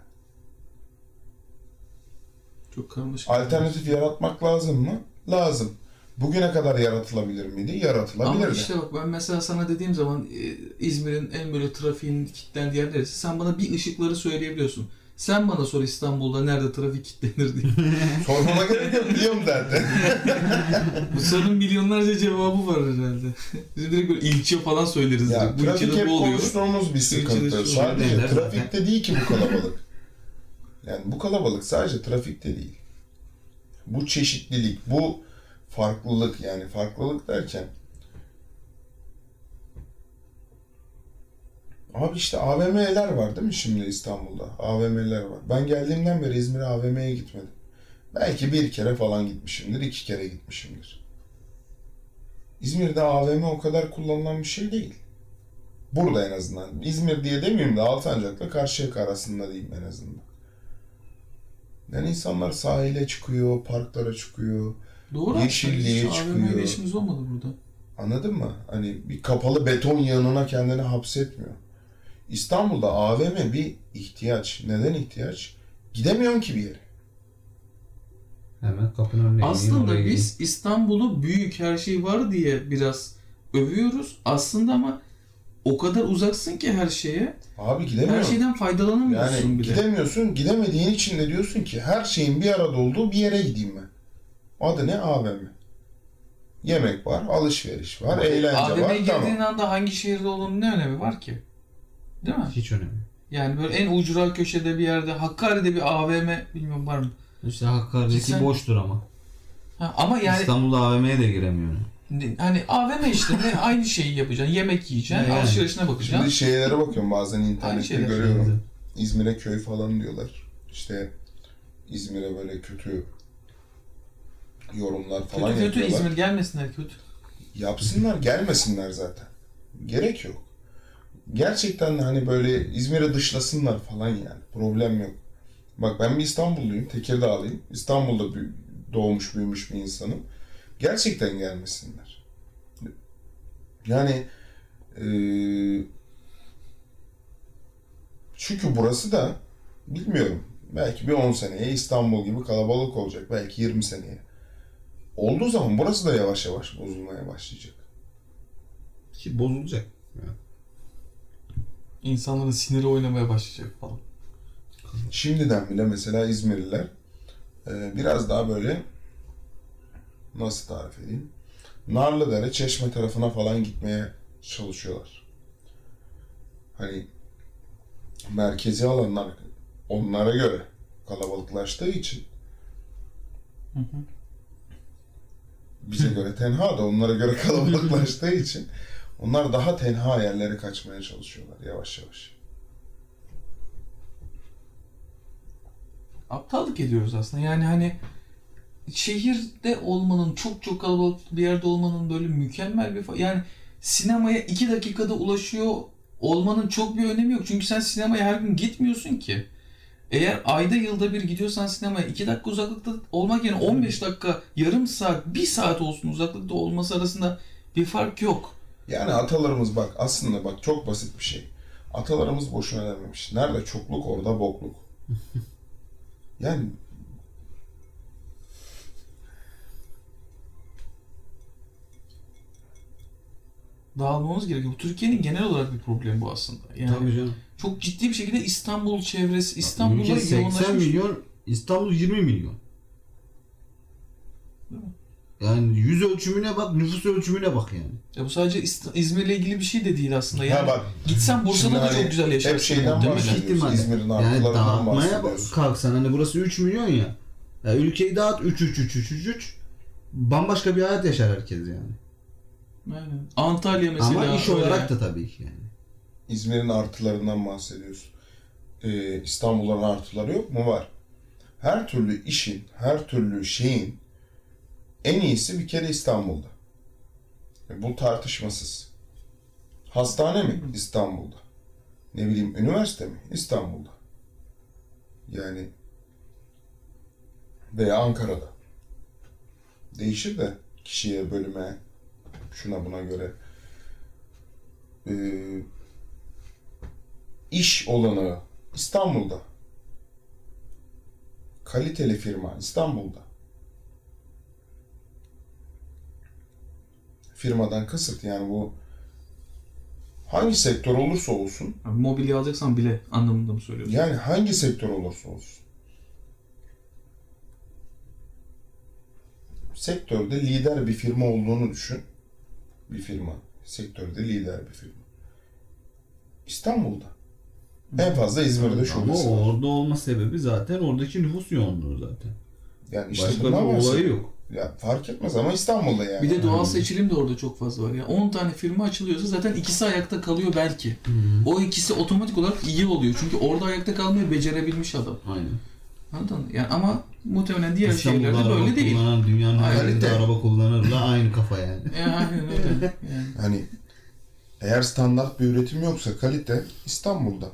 Çok karmaşık. Alternatif yaratmak lazım mı? Lazım. Bugüne kadar yaratılabilir miydi? Yaratılabilirdi. Ama işte bak, ben mesela sana dediğim zaman İzmir'in en böyle trafiğin kilitlendiği yer neresi? Sen bana bir ışıkları söyleyebiliyorsun. Sen bana sor İstanbul'da nerede trafik kilitlenir diye. Sormama gerek yok, biliyorum zaten. Bu sorunun milyonlarca cevabı var herhalde. Biz direkt böyle ilçe falan söyleriz. Ya direkt. Bu trafik ilçede hep bu oluyor. konuştuğumuz bir ilçede sıkıntı. şu Sadece oluyor. trafikte değil ki bu kalabalık. Yani bu kalabalık sadece trafikte değil. Bu çeşitlilik, bu farklılık, yani farklılık derken abi işte AVM'ler var değil mi şimdi İstanbul'da? AVM'ler var. Ben geldiğimden beri İzmir'e AVM'ye gitmedim. Belki bir kere falan gitmişimdir, 2 kere gitmişimdir. İzmir'de AVM o kadar kullanılan bir şey değil. Burada en azından. İzmir diye demeyeyim de Alsancak'la Karşıyaka arasında diyeyim en azından. Yani insanlar sahile çıkıyor, parklara çıkıyor. Doğru. Yeşilliğe Hiç çıkıyor. AVM'yle işimiz olmadı burada. Anladın mı? Hani bir kapalı beton yığınına kendini hapsetmiyor. İstanbul'da AVM bir ihtiyaç. Neden ihtiyaç? Gidemiyorsun ki bir yere. Hemen kapının önüne gideyim, Aslında oraya biz İstanbul'u büyük, her şey var diye biraz övüyoruz. Aslında ama o kadar uzaksın ki her şeye. Abi Her gidemiyorsun. şeyden faydalanamıyorsun Yani bile. gidemiyorsun. Gidemediğin için de diyorsun ki her şeyin bir arada olduğu bir yere gideyim ben. Adı ne? AVM. Yemek var, alışveriş var, eğlence AVM'ye var. girdiğin Tamam. anda hangi şehirde olduğunun ne önemi var ki? Değil mi? Hiç önemli. Yani böyle en ucra köşede bir yerde, Hakkari'de bir AVM bilmiyorum var mı? İşte Hakkari'deki Sen- boştur ama. Ha, ama yani İstanbul'da AVM'ye de giremiyor. hani AVM işte ne aynı şeyi yapacaksın. Yemek yiyeceksin, Yani. alışverişine bakacaksın. Şimdi şeylere bakıyorum bazen internette şeyler. görüyorum. İzmir'e köy falan diyorlar. İşte İzmir'e böyle kötü yorumlar falan Kötü yapıyorlar. İzmir gelmesinler kötü. Yapsınlar, gelmesinler zaten. Gerek yok. Gerçekten de hani böyle İzmir'e dışlasınlar falan yani. Problem yok. Bak ben bir İstanbulluyum, Tekirdağlıyım. İstanbul'da doğmuş büyümüş bir insanım. Gerçekten gelmesinler. Yani çünkü burası da bilmiyorum. Belki bir 10 seneye İstanbul gibi kalabalık olacak. Belki 20 seneye. olduğu zaman burası da yavaş yavaş bozulmaya başlayacak. Ki bozulacak. Yani. İnsanların siniri oynamaya başlayacak falan. Şimdiden bile mesela İzmirliler biraz daha böyle, nasıl tarif edeyim? Narlıdere, Çeşme tarafına falan gitmeye çalışıyorlar. Hani merkezi alanlar onlara göre kalabalıklaştığı için bize göre tenha da onlara göre kalabalıklaştığı için onlar daha tenha yerlere kaçmaya çalışıyorlar yavaş yavaş. Aptallık ediyoruz aslında. Yani hani şehirde olmanın, çok çok kalabalık bir yerde olmanın böyle mükemmel bir... Yani sinemaya 2 dakikada ulaşıyor olmanın çok bir önemi yok. Çünkü sen sinemaya her gün gitmiyorsun ki. Eğer ayda yılda bir gidiyorsan sinemaya 2 dakika uzaklıkta olmak yerine 15 dakika, yarım saat, 1 saat olsun uzaklıkta olması arasında bir fark yok. Yani atalarımız bak aslında bak çok basit bir şey. Atalarımız boşuna dememiş. Nerede çokluk orada bokluk. Yani Dağılmamız gerekiyor. Türkiye'nin genel olarak bir problemi bu aslında. Yani Tabii canım. çok ciddi bir şekilde İstanbul çevresi, İstanbul'da Ülke 80 yoğunlaşmış. milyon, İstanbul 20 milyon. Değil mi? Yani yüz ölçümüne bak, nüfus ölçümüne bak yani. Ya bu sadece İzmir'le ilgili bir şey de değil aslında. Yani bak, gitsen Bursa'da şimdi da hani çok güzel yaşarsın. hep şeyden Değil mi? bahsediyoruz. İhtimalle. İzmir'in Yani artılarından dağıtmaya bahsediyoruz. kalksan hani burası 3 milyon ya. Ya ülkeyi dağıt 3 bambaşka bir hayat yaşar herkes yani. Aynen. Antalya mesela. Ama iş öyle. olarak da tabii ki yani. İzmir'in artılarından bahsediyoruz. İstanbul'un artıları yok mu? Var. Her türlü işin, her türlü şeyin en iyisi bir kere İstanbul'da. Bu tartışmasız. Hastane mi? İstanbul'da. Ne bileyim üniversite mi? İstanbul'da. Yani veya Ankara'da. Değişir de kişiye, bölüme, şuna buna göre. İş olanağı İstanbul'da. Kaliteli firma İstanbul'da. Firmadan kasıt yani bu hangi sektör olursa olsun, Abi, mobilya alacaksan bile anlamında mı söylüyorsun? yani hangi sektör olursa olsun, sektörde lider bir firma olduğunu düşün. Bir firma. Sektörde lider bir firma. İstanbul'da. En fazla İzmir'de Ama şubesi var. orada olma sebebi zaten oradaki nüfus yoğunluğu zaten. Yani işte Başka bir bundan olayı bahsediyorum. yok. Ya fark etmez ama İstanbul'da yani. Bir de doğal seçilim de orada çok fazla var. Yani 10 tane firma açılıyorsa zaten ikisi ayakta kalıyor belki. O ikisi otomatik olarak iyi oluyor. Çünkü orada ayakta kalmayı becerebilmiş adam. Aynen. Anladın mı? Yani ama muhtemelen diğer İstanbul'da şehirlerde araba böyle değil. kullanan, dünyanın her Aynen. yerinde araba kullanırla aynı kafa yani. Aynen öyle. Yani. Hani eğer standart bir üretim yoksa kalite İstanbul'da.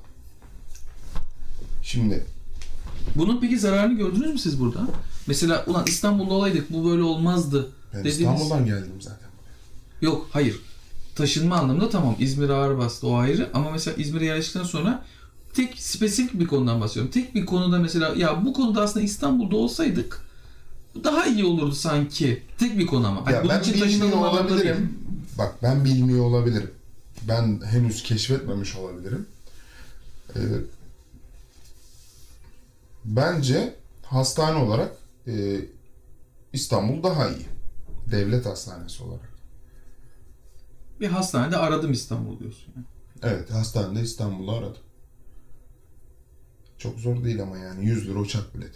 Şimdi Bunun peki zararını gördünüz mü siz burada? Mesela ulan İstanbul'da olaydık bu böyle olmazdı ben dediğiniz... İstanbul'dan geldim zaten. Yok hayır. Taşınma anlamında tamam. İzmir ağır bastı o ayrı. Ama mesela İzmir'e yerleştikten sonra tek spesifik bir konudan bahsediyorum. Tek bir konuda mesela ya bu konuda aslında İstanbul'da olsaydık daha iyi olurdu sanki. Tek bir konu ama. Ya Bunun ben için bilmiyor taşınalım anlamında değil. olabilirim. Bak ben bilmiyor olabilirim. Ben henüz keşfetmemiş olabilirim. Bence hastane olarak İstanbul daha iyi. Devlet hastanesi olarak. Bir hastanede aradım İstanbul diyorsun. Yani. Evet, hastanede İstanbul'u aradım. Çok zor değil ama yani 100 lira uçak bileti.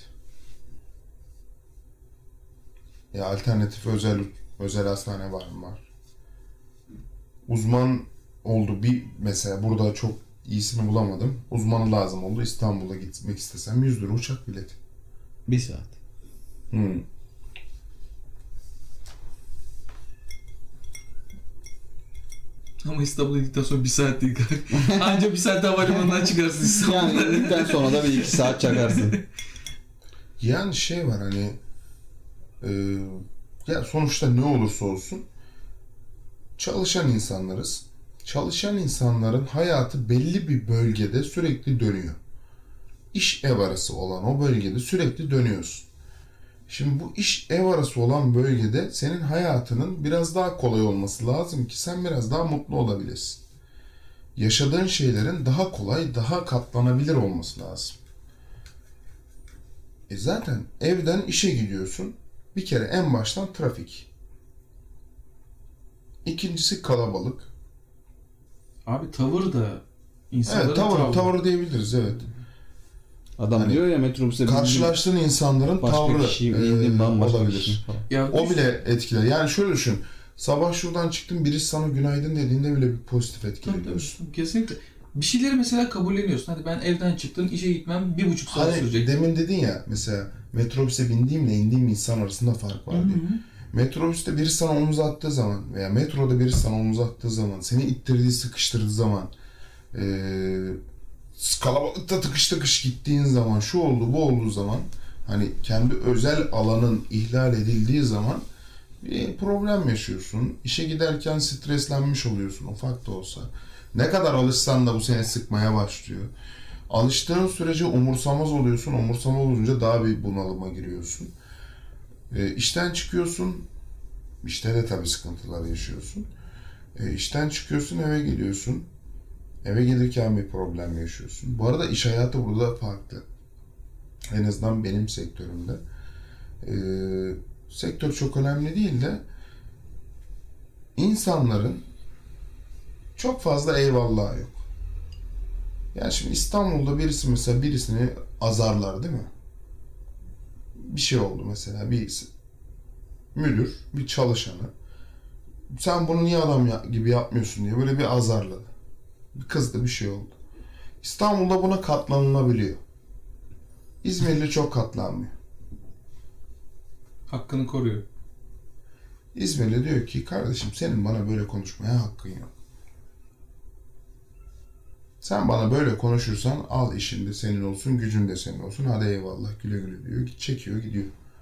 Ya alternatif özel hastane var mı? Var. Uzman oldu bir mesela burada çok iyisini bulamadım. Uzmanı lazım oldu. İstanbul'a gitmek istesem 100 lira uçak bileti. 1 saat. Ama İstanbul'a gittikten sonra 1 saat değil. Anca 1 saat havalimanından çıkarsın İstanbul'da. Yani gittikten sonra da bir 2 saat çakarsın. Yani şey var hani ya sonuçta ne olursa olsun çalışan insanlarız. Çalışan insanların hayatı belli bir bölgede sürekli dönüyor. İş ev arası olan o bölgede sürekli dönüyorsun. Şimdi bu iş ev arası olan bölgede senin hayatının biraz daha kolay olması lazım ki sen biraz daha mutlu olabilesin. Yaşadığın şeylerin daha kolay, daha katlanabilir olması lazım. Zaten evden işe gidiyorsun. Bir kere en baştan trafik. İkincisi kalabalık. Abi tavır da insanların Evet, tavır diyebiliriz, evet. Adam Hani diyor ya metrobüse Karşılaştığın insanların başka tavrı kişiyim, indim bambaşka olabilir. kişiyim falan. Ya O bile etkiler. Yani şöyle düşün. Sabah şuradan çıktın, birisi sana günaydın dediğinde bile bir pozitif etkileniyorsun. tabii, kesinlikle. Bir şeyleri mesela kabulleniyorsun. Hadi ben evden çıktım, işe gitmem 1,5 saat Hani sürecek. demin dedin ya, mesela metrobüse bindiğimle indiğim insan arasında fark var diye. Hı hı. Metrobüste birisi sana omuz attığı zaman veya metroda birisi sana omuz attığı zaman, seni ittirdiği, sıkıştırdığı zaman, kalabalıkta tıkış tıkış gittiğin zaman, şu oldu bu olduğu zaman, hani kendi özel alanın ihlal edildiği zaman bir problem yaşıyorsun. İşe giderken streslenmiş oluyorsun, ufak da olsa. Ne kadar alışsan da bu seni sıkmaya başlıyor. Alıştığın sürece umursamaz oluyorsun. Umursamaz olunca daha bir bunalıma giriyorsun. İşten çıkıyorsun. İşte de tabii sıkıntılar yaşıyorsun. İşten çıkıyorsun, eve geliyorsun. Eve gelirken bir problem yaşıyorsun. Bu arada iş hayatı burada farklı. En azından benim sektörümde. Sektör çok önemli değil de insanların çok fazla eyvallahı yok. Yani şimdi İstanbul'da birisi mesela birisini azarlar değil mi? Bir şey oldu mesela, bir müdür bir çalışanı, sen bunu niye adam gibi yapmıyorsun diye böyle bir azarladı. Bir kızdı, bir şey oldu. İstanbul'da buna katlanılabiliyor. İzmirli çok katlanmıyor. Hakkını koruyor. İzmirli diyor ki kardeşim, senin bana böyle konuşmaya hakkın yok. Sen bana böyle konuşursan al, işin de senin olsun, gücün de senin olsun. Hadi eyvallah, güle güle diyor. Çekiyor gidiyor.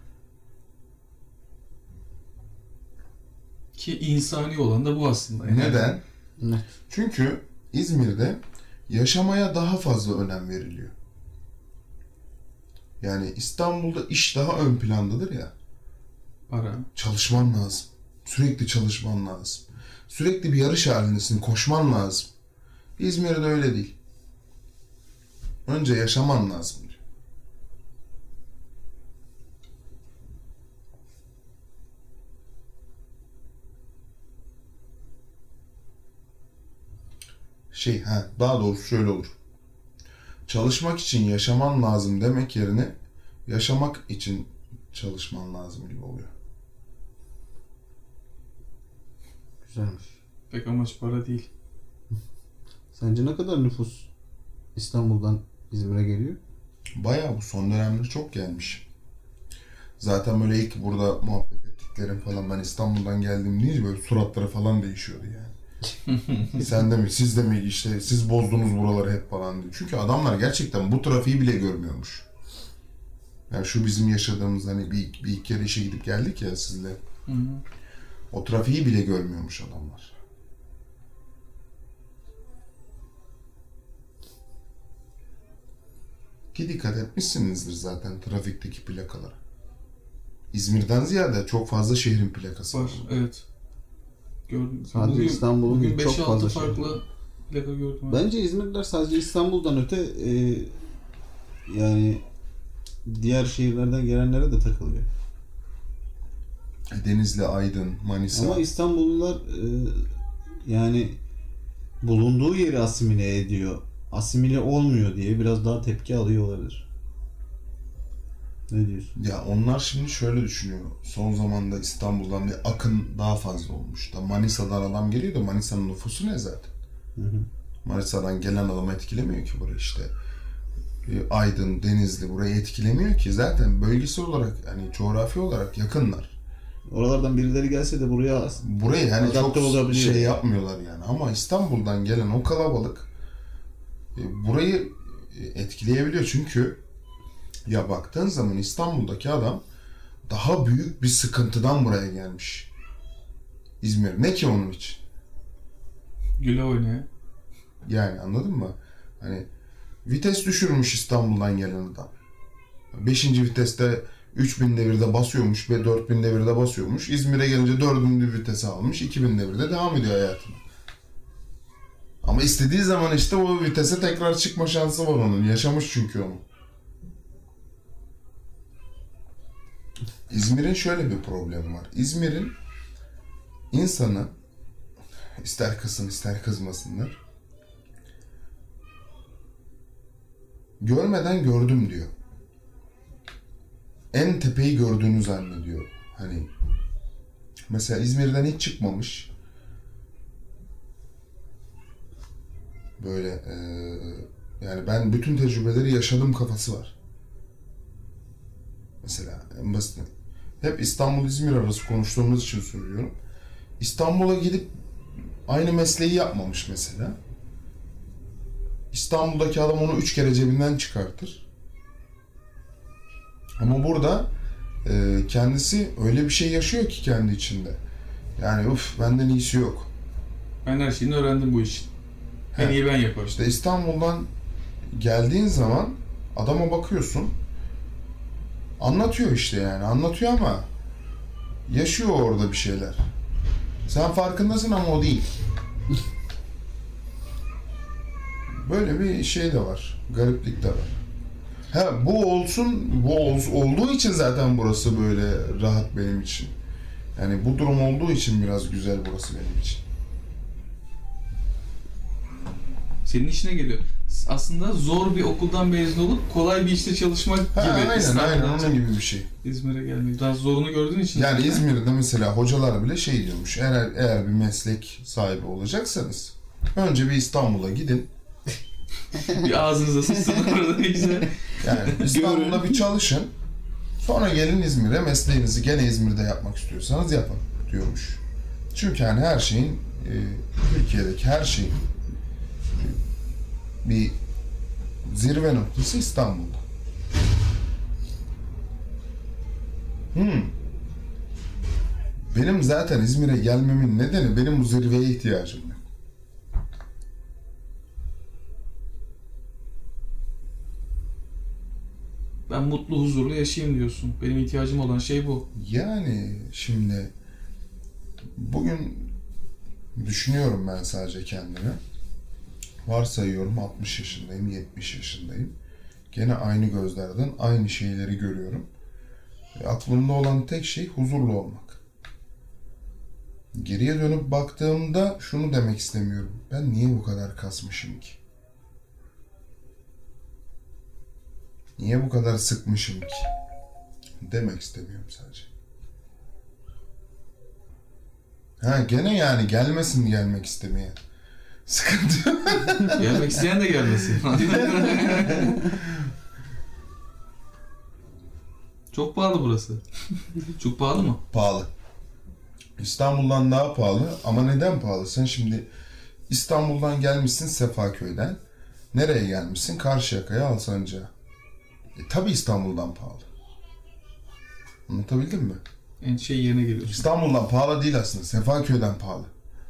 Ki insani olan da bu aslında. Yani. Neden? Ne? Çünkü İzmir'de yaşamaya daha fazla önem veriliyor. Yani İstanbul'da iş daha ön plandadır ya. Para. Çalışman lazım. Sürekli çalışman lazım. Sürekli bir yarış halindesin, koşman lazım. İzmir'de öyle değil. Önce yaşaman lazım diyor. Daha doğrusu şöyle olur. Çalışmak için yaşaman lazım demek yerine yaşamak için çalışman lazım gibi oluyor. Güzelmiş. Pek amaç para değil. Sence ne kadar nüfus İstanbul'dan İzmir'e geliyor? Bayağı bu son dönemde çok gelmiş. Zaten böyle ilk burada muhabbet ettiklerim falan, ben İstanbul'dan geldim deyince böyle suratları falan değişiyordu yani. Sen de mi, siz de mi, işte siz bozdunuz buraları hep falan diye. Çünkü adamlar gerçekten bu trafiği bile görmüyormuş. Yani şu bizim yaşadığımız, hani bir iki kere işe gidip geldik ya sizle. Hı hı. O trafiği bile görmüyormuş adamlar. Ki dikkat etmişsinizdir zaten trafikteki plakalara. İzmir'den ziyade çok fazla şehrin plakası Var. var. Evet. Gördüm. Sadece İstanbul'un bugün çok 5-6 fazla şey. farklı plaka gördüm. Bence İzmirliler sadece İstanbul'dan öte yani diğer şehirlerden gelenlere de takılıyor. Denizli, Aydın, Manisa. Ama İstanbullular yani bulunduğu yeri asimile ediyor. Asimile olmuyor diye biraz daha tepki alıyor olabilir. Ne diyorsun? Ya onlar şimdi şöyle düşünüyor. Son zamanda İstanbul'dan bir akın daha fazla olmuş. Da Manisa'dan adam geliyor da Manisa'nın nüfusu ne zaten? Hı hı. Manisa'dan gelen adamı etkilemiyor ki burayı işte. Aydın, Denizli burayı etkilemiyor ki. Zaten bölgesel olarak, hani coğrafi olarak yakınlar. Oralardan birileri gelse de buraya Burayı hani adapte çok olabiliyor. şey yapmıyorlar yani. Ama İstanbul'dan gelen o kalabalık burayı etkileyebiliyor. Çünkü ya baktığın zaman İstanbul'daki adam daha büyük bir sıkıntıdan buraya gelmiş. İzmir. Ne ki onun için? Güle oynaya. Yani anladın mı? Hani vites düşürmüş İstanbul'dan gelen adam. 5. viteste 3000 devirde basıyormuş ve 4000 devirde basıyormuş. İzmir'e gelince 4. vitese almış. 2000 devirde devam ediyor hayatına. Ama istediği zaman işte o vitese tekrar çıkma şansı var onun. Yaşamış çünkü onu. İzmir'in şöyle bir problemi var. İzmir'in insanı ister kızsın ister kızmasınlar görmeden gördüm diyor. En tepeyi gördüğünü zannediyor. Hani mesela İzmir'den hiç çıkmamış. Böyle yani ben bütün tecrübeleri yaşadım kafası var. Mesela en basit. Hep İstanbul-İzmir arası konuştuğumuz için söylüyorum. İstanbul'a gidip aynı mesleği yapmamış mesela. İstanbul'daki adam onu 3 kere cebinden çıkartır. Ama burada kendisi öyle bir şey yaşıyor ki kendi içinde. Yani benden iyisi yok. Ben her şeyini öğrendim bu işin. En iyi ben yaparım. İşte İstanbul'dan geldiğin zaman adama bakıyorsun. Anlatıyor işte yani. Anlatıyor ama yaşıyor orada bir şeyler. Sen farkındasın ama o değil. Böyle bir şey de var. Gariplik de var. Olduğu için zaten burası böyle rahat benim için. Yani bu durum olduğu için biraz güzel burası benim için. Senin işine geliyor. Aslında zor bir okuldan mezun olup kolay bir işte çalışmak gibi. Aynen onun gibi bir şey. İzmir'e gelmeyi. Daha zorunu gördüğün için. Yani İzmir'de mesela hocalar bile şey diyormuş. Eğer bir meslek sahibi olacaksanız önce bir İstanbul'a gidin. Bir ağzınıza sıçsın orada ne güzel. Yani İstanbul'da bir çalışın. Sonra gelin İzmir'e, mesleğinizi gene İzmir'de yapmak istiyorsanız yapın diyormuş. Çünkü hani her şeyin, Türkiye'deki her şeyin bir zirve noktası İstanbul'da. Benim zaten İzmir'e gelmemin nedeni benim bu zirveye ihtiyacım yok. Ben mutlu, huzurlu yaşayayım diyorsun. Benim ihtiyacım olan şey bu. Yani şimdi bugün düşünüyorum ben sadece kendime. Varsayıyorum 60 yaşındayım, 70 yaşındayım. Gene aynı gözlerden aynı şeyleri görüyorum. Aklımda olan tek şey huzurlu olmak. Geriye dönüp baktığımda şunu demek istemiyorum. Ben niye bu kadar kasmışım ki? Niye bu kadar sıkmışım ki? Demek istemiyorum sadece. Gene yani gelmek istemeye. Sıkıntı yok. Gelmek isteyen de gelmesin. Çok pahalı burası. Çok pahalı mı? Pahalı. İstanbul'dan daha pahalı ama neden pahalı? Sen şimdi İstanbul'dan gelmişsin Sefaköy'den. Nereye gelmişsin? Karşıyaka'ya, Alsancak'a. Tabii İstanbul'dan pahalı. Anlatabildim mi? En şey yerine geliyorsun. İstanbul'dan pahalı değil aslında. Sefaköy'den pahalı.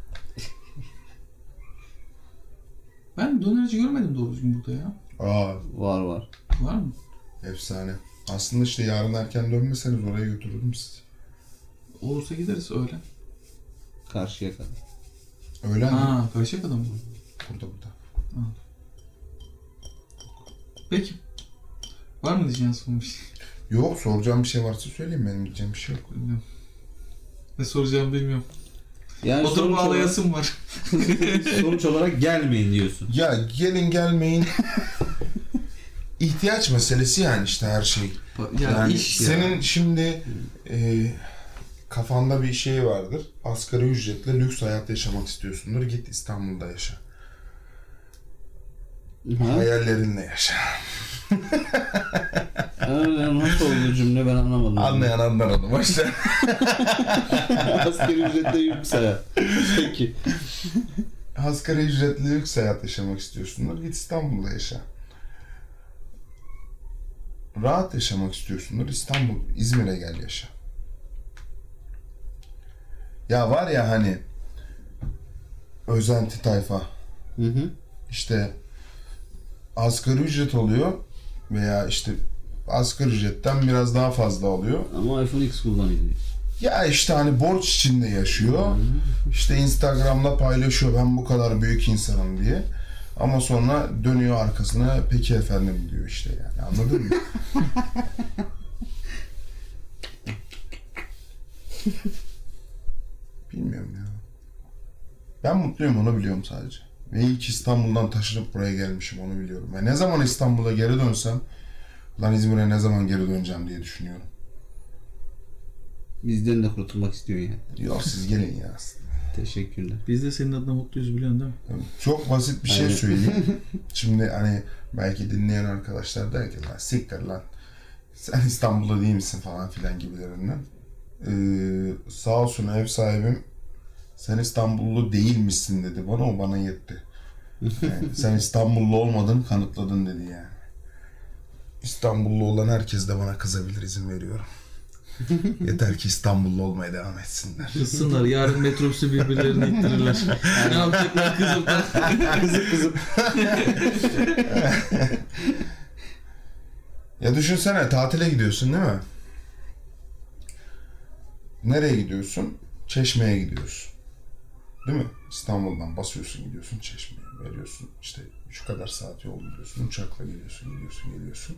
Ben dönerci görmedim doğru düzgün burada ya. Var. Var mı? Efsane. Aslında işte yarın erken dönmeseniz oraya götürürüm sizi. Olursa gideriz öğlen. Karşıya kadar. Öğlen mi? Karşıyaka'da mı? Burada. Peki. Var mı diyeceğin son bir şey? Yok, soracağım bir şey varsa söyleyeyim, benim diyeceğim bir şey yok. Bilmiyorum. Ne soracağımı bilmiyorum. Yani Oturup ağlayasım var. sonuç olarak gelmeyin diyorsun. Ya gelin gelmeyin. İhtiyaç meselesi yani işte her şey. Yani iş senin şimdi kafanda bir şey vardır. Asgari ücretle lüks hayat yaşamak istiyorsundur. Git İstanbul'da yaşa. Hayallerinle yaşa. Nasıl oldu cümle ben anlamadım. Anlayan anlar onu. Başla. Asgari ücretle yüksel. Peki. Asgari ücretli lüks hayat yaşamak istiyorsundur. Git İstanbul'da yaşa. Rahat yaşamak istiyorsundur. İzmir'e gel yaşa. Ya var ya hani özenti tayfa. Hı. İşte asgari ücret oluyor veya işte asgari ücretten biraz daha fazla alıyor. Ama iPhone X kullanıyor. Ya işte hani borç içinde yaşıyor. İşte Instagram'da paylaşıyor ben bu kadar büyük insanım diye. Ama sonra dönüyor arkasına peki efendim diyor işte yani, anladın mı? Bilmiyorum ya. Ben mutluyum, onu biliyorum sadece. Ve iyi ki İstanbul'dan taşınıp buraya gelmişim, onu biliyorum. Ve ne zaman İstanbul'a geri dönsem, lan İzmir'e ne zaman geri döneceğim diye düşünüyorum. Bizden de kurtulmak istiyor yani. Yok siz gelin ya. Teşekkürler. Biz de senin adına mutluyuz, biliyorsun değil mi? Çok basit bir şey Evet. söyleyeyim. Şimdi hani belki dinleyen arkadaşlar der ki lan siktir lan. Sen İstanbul'da değil misin falan filan gibilerinden. Sağ olsun ev sahibim sen İstanbullu değilmişsin dedi bana, o bana yetti. Yani, sen İstanbullu olmadın kanıtladın dedi yani. İstanbullu olan herkes de bana kızabilir, izin veriyorum. Yeter ki İstanbullu olmaya devam etsinler. Kızsınlar, yarın metrobüsü birbirlerini ittirirler. Ne yapacaklar kızım? Kızıp Ya düşünsene, tatile gidiyorsun değil mi? Nereye gidiyorsun? Çeşme'ye gidiyorsun. Değil mi? İstanbul'dan basıyorsun gidiyorsun Çeşme'ye. Veriyorsun işte şu kadar saat yol gidiyorsun. Uçakla geliyorsun.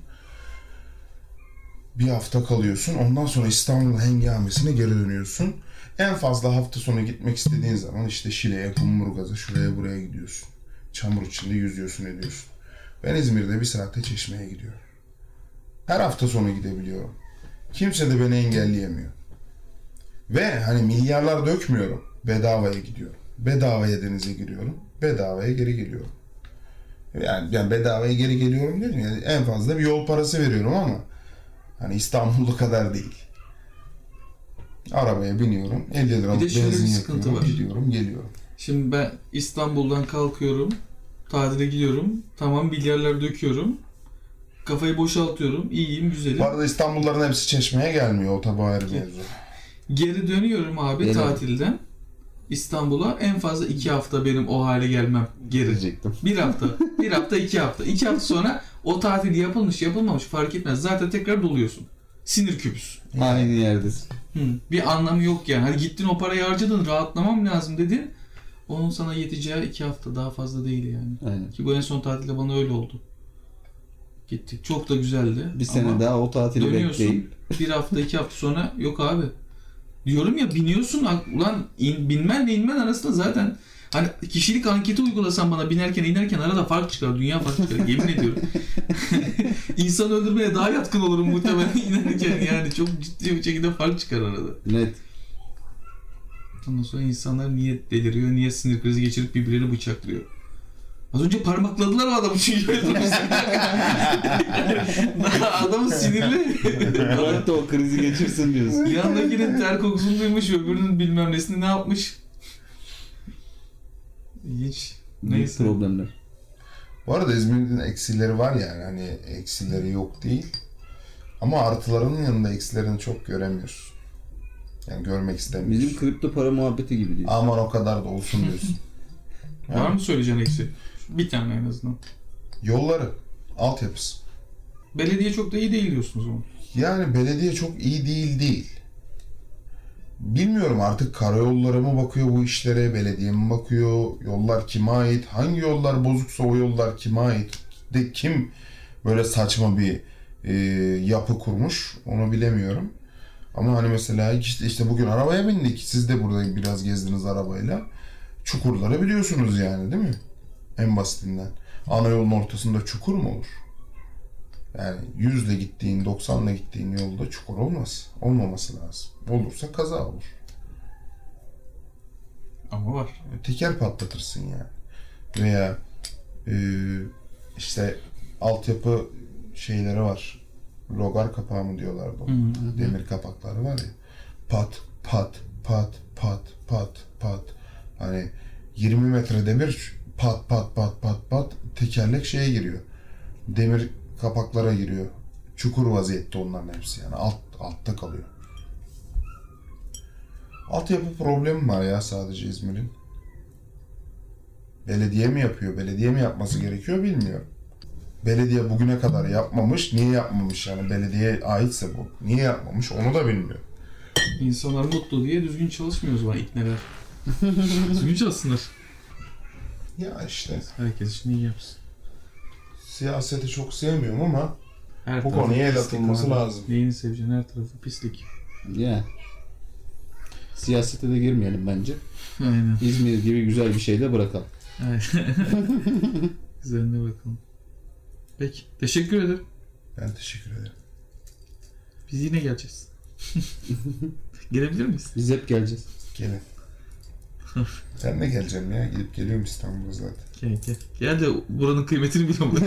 Bir hafta kalıyorsun. Ondan sonra İstanbul hengamesine geri dönüyorsun. En fazla hafta sonu gitmek istediğin zaman işte Şile'ye, Kumburgaz'a, şuraya buraya gidiyorsun. Çamur içinde yüzüyorsun ediyorsun. Ben İzmir'de bir saatte Çeşme'ye gidiyorum. Her hafta sonu gidebiliyorum. Kimse de beni engelleyemiyor. Ve hani milyarlar dökmüyorum. Bedavaya gidiyorum. Bedavaya denize giriyorum. Bedavaya geri geliyorum. Yani bedavaya geri geliyorum dedim. Yani en fazla bir yol parası veriyorum ama hani İstanbul'u kadar değil. Arabaya biniyorum. 50 liralık Bir de şöyle bir benzin sıkıntı yakıyorum. var. Gidiyorum, geliyorum. Şimdi ben İstanbul'dan kalkıyorum. Tatile gidiyorum. Tamam, milyarlar döküyorum. Kafayı boşaltıyorum. İyiyim, güzelim. Bu arada İstanbulluların hepsi Çeşme'ye gelmiyor. O tabi ayrı mevzu. Geri dönüyorum abi Benim. tatilden. İstanbul'a en fazla 2 hafta benim o hale gelmem geri. diyecektim. 1 hafta. 1 hafta 2 hafta. 2 hafta sonra o tatil yapılmış yapılmamış fark etmez. Zaten tekrar doluyorsun. Sinir küpüsü. Aynı yerdesin. Bir anlamı yok yani. Hani gittin o parayı harcadın, rahatlamam lazım dedin. Onun sana yeteceği 2 hafta, daha fazla değil yani. Aynen. Ki bu en son tatilde bana öyle oldu. Gittik. Çok da güzeldi. Bir sene Ama daha o tatili dönüyorsun. bekleyip 1 hafta 2 hafta sonra yok abi. Diyorum ya, biniyorsun ulan binmenle inmen arasında zaten hani kişilik anketi uygulasan bana binerken inerken arada fark çıkar. Dünya fark çıkar. Yemin ediyorum. İnsan öldürmeye daha yatkın olurum muhtemelen inerken, yani çok ciddi bir şekilde fark çıkar arada. net. Ondan sonra insanlar niye deliriyor, niye sinir krizi geçirip birbirlerini bıçaklıyor. Az önce parmakladılar o adamı çünkü. Adamı sinirli. Bırak da o krizi geçirsin diyorsun. Yanındakinin ter kokusunu duymuş, öbürünün bilmem nesini ne yapmış. Hiç. Büyük Neyse. problemler. Bu arada İzmir'in eksileri var yani. Hani eksileri yok değil. Ama artılarının yanında eksilerini çok göremiyorsun. Yani görmek istemiyorsun. Bizim kripto para muhabbeti gibi diyor. Aman o kadar da olsun diyorsun. Var mı söyleyeceğin eksi? Bir tane en azından. Yolları, altyapısı. Belediye çok da iyi değil diyorsunuz ama. Yani belediye çok iyi değil. Bilmiyorum artık, karayolları mı bakıyor bu işlere, belediye mi bakıyor, yollar kime ait, hangi yollar bozuksa o yollar kime ait, de kim böyle saçma bir yapı kurmuş onu bilemiyorum. Ama hani mesela işte bugün arabaya bindik, siz de burada biraz gezdiniz arabayla. Çukurları biliyorsunuz yani değil mi? En basitinden. Ana yolun ortasında çukur mu olur? Yani 100'le gittiğin, 90'la gittiğin yolda çukur olmaz. Olmaması lazım. Olursa kaza olur. Ama var. Teker patlatırsın yani. Veya işte altyapı şeyleri var. Logar kapağı mı diyorlardı ona. Demir kapakları var ya. Pat pat pat pat pat pat. Hani 20 metre demir pat pat pat pat pat tekerlek şeye giriyor. Demir kapaklara giriyor. Çukur vaziyette onların hepsi yani. Altta kalıyor. Altyapı problemi var ya sadece İzmir'in. Belediye mi yapıyor? Belediye mi yapması gerekiyor bilmiyorum. belediye bugüne kadar yapmamış. Niye yapmamış yani? Belediyeye aitse bu. Niye yapmamış onu da bilmiyor. İnsanlar mutlu diye düzgün çalışmıyor o zaman ikneler. Düzgün çalışsınlar. Ya işte Herkes işini iyi yapsın. siyaseti çok sevmiyorum ama Her bu tarafı konuya el pislik atılması abi. lazım. Neyini seveceksin, her tarafı pislik. Ya. Siyasete de girmeyelim bence. Aynen. İzmir gibi güzel bir şey de bırakalım. Aynen. Güzeline bakalım. Peki. Teşekkür ederim. Ben teşekkür ederim. Biz yine geleceğiz. Girebilir miyiz? Biz hep geleceğiz. Gelin. Ben de geleceğim ya. Gidip geliyorum İstanbul'a zaten. Gel. Gel de buranın kıymetini biliyorum.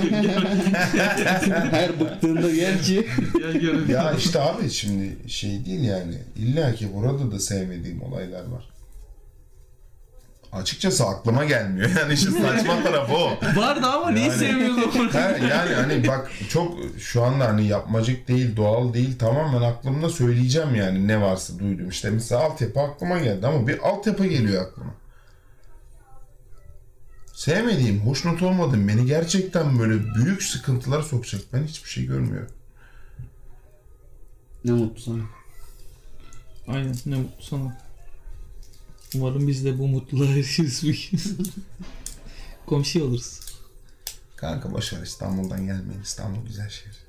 Her bıktığında gel ki. Gel. Ya işte abi şimdi şey değil yani. İlla ki burada da sevmediğim olaylar var. Açıkçası aklıma gelmiyor. Yani işte saçma tarafı o. Vardı ama neyi Yani- sevmiyorsun? Yani hani bak çok şu anda hani yapmacık değil, doğal değil. Tamamen aklımda söyleyeceğim yani ne varsa duydum. İşte mesela altyapı aklıma geldi ama bir altyapı geliyor aklıma. Sevmediğim, hoşnut olmadığım, beni gerçekten böyle büyük sıkıntılara sokacak. Ben hiçbir şey görmüyorum. Ne mutlu sana. Aynen, ne mutlu sana. Umarım biz de bu mutluluğa erişiriz bir gün. Komşu oluruz. Kanka boşver İstanbul'dan gelmeyin. İstanbul güzel şehir.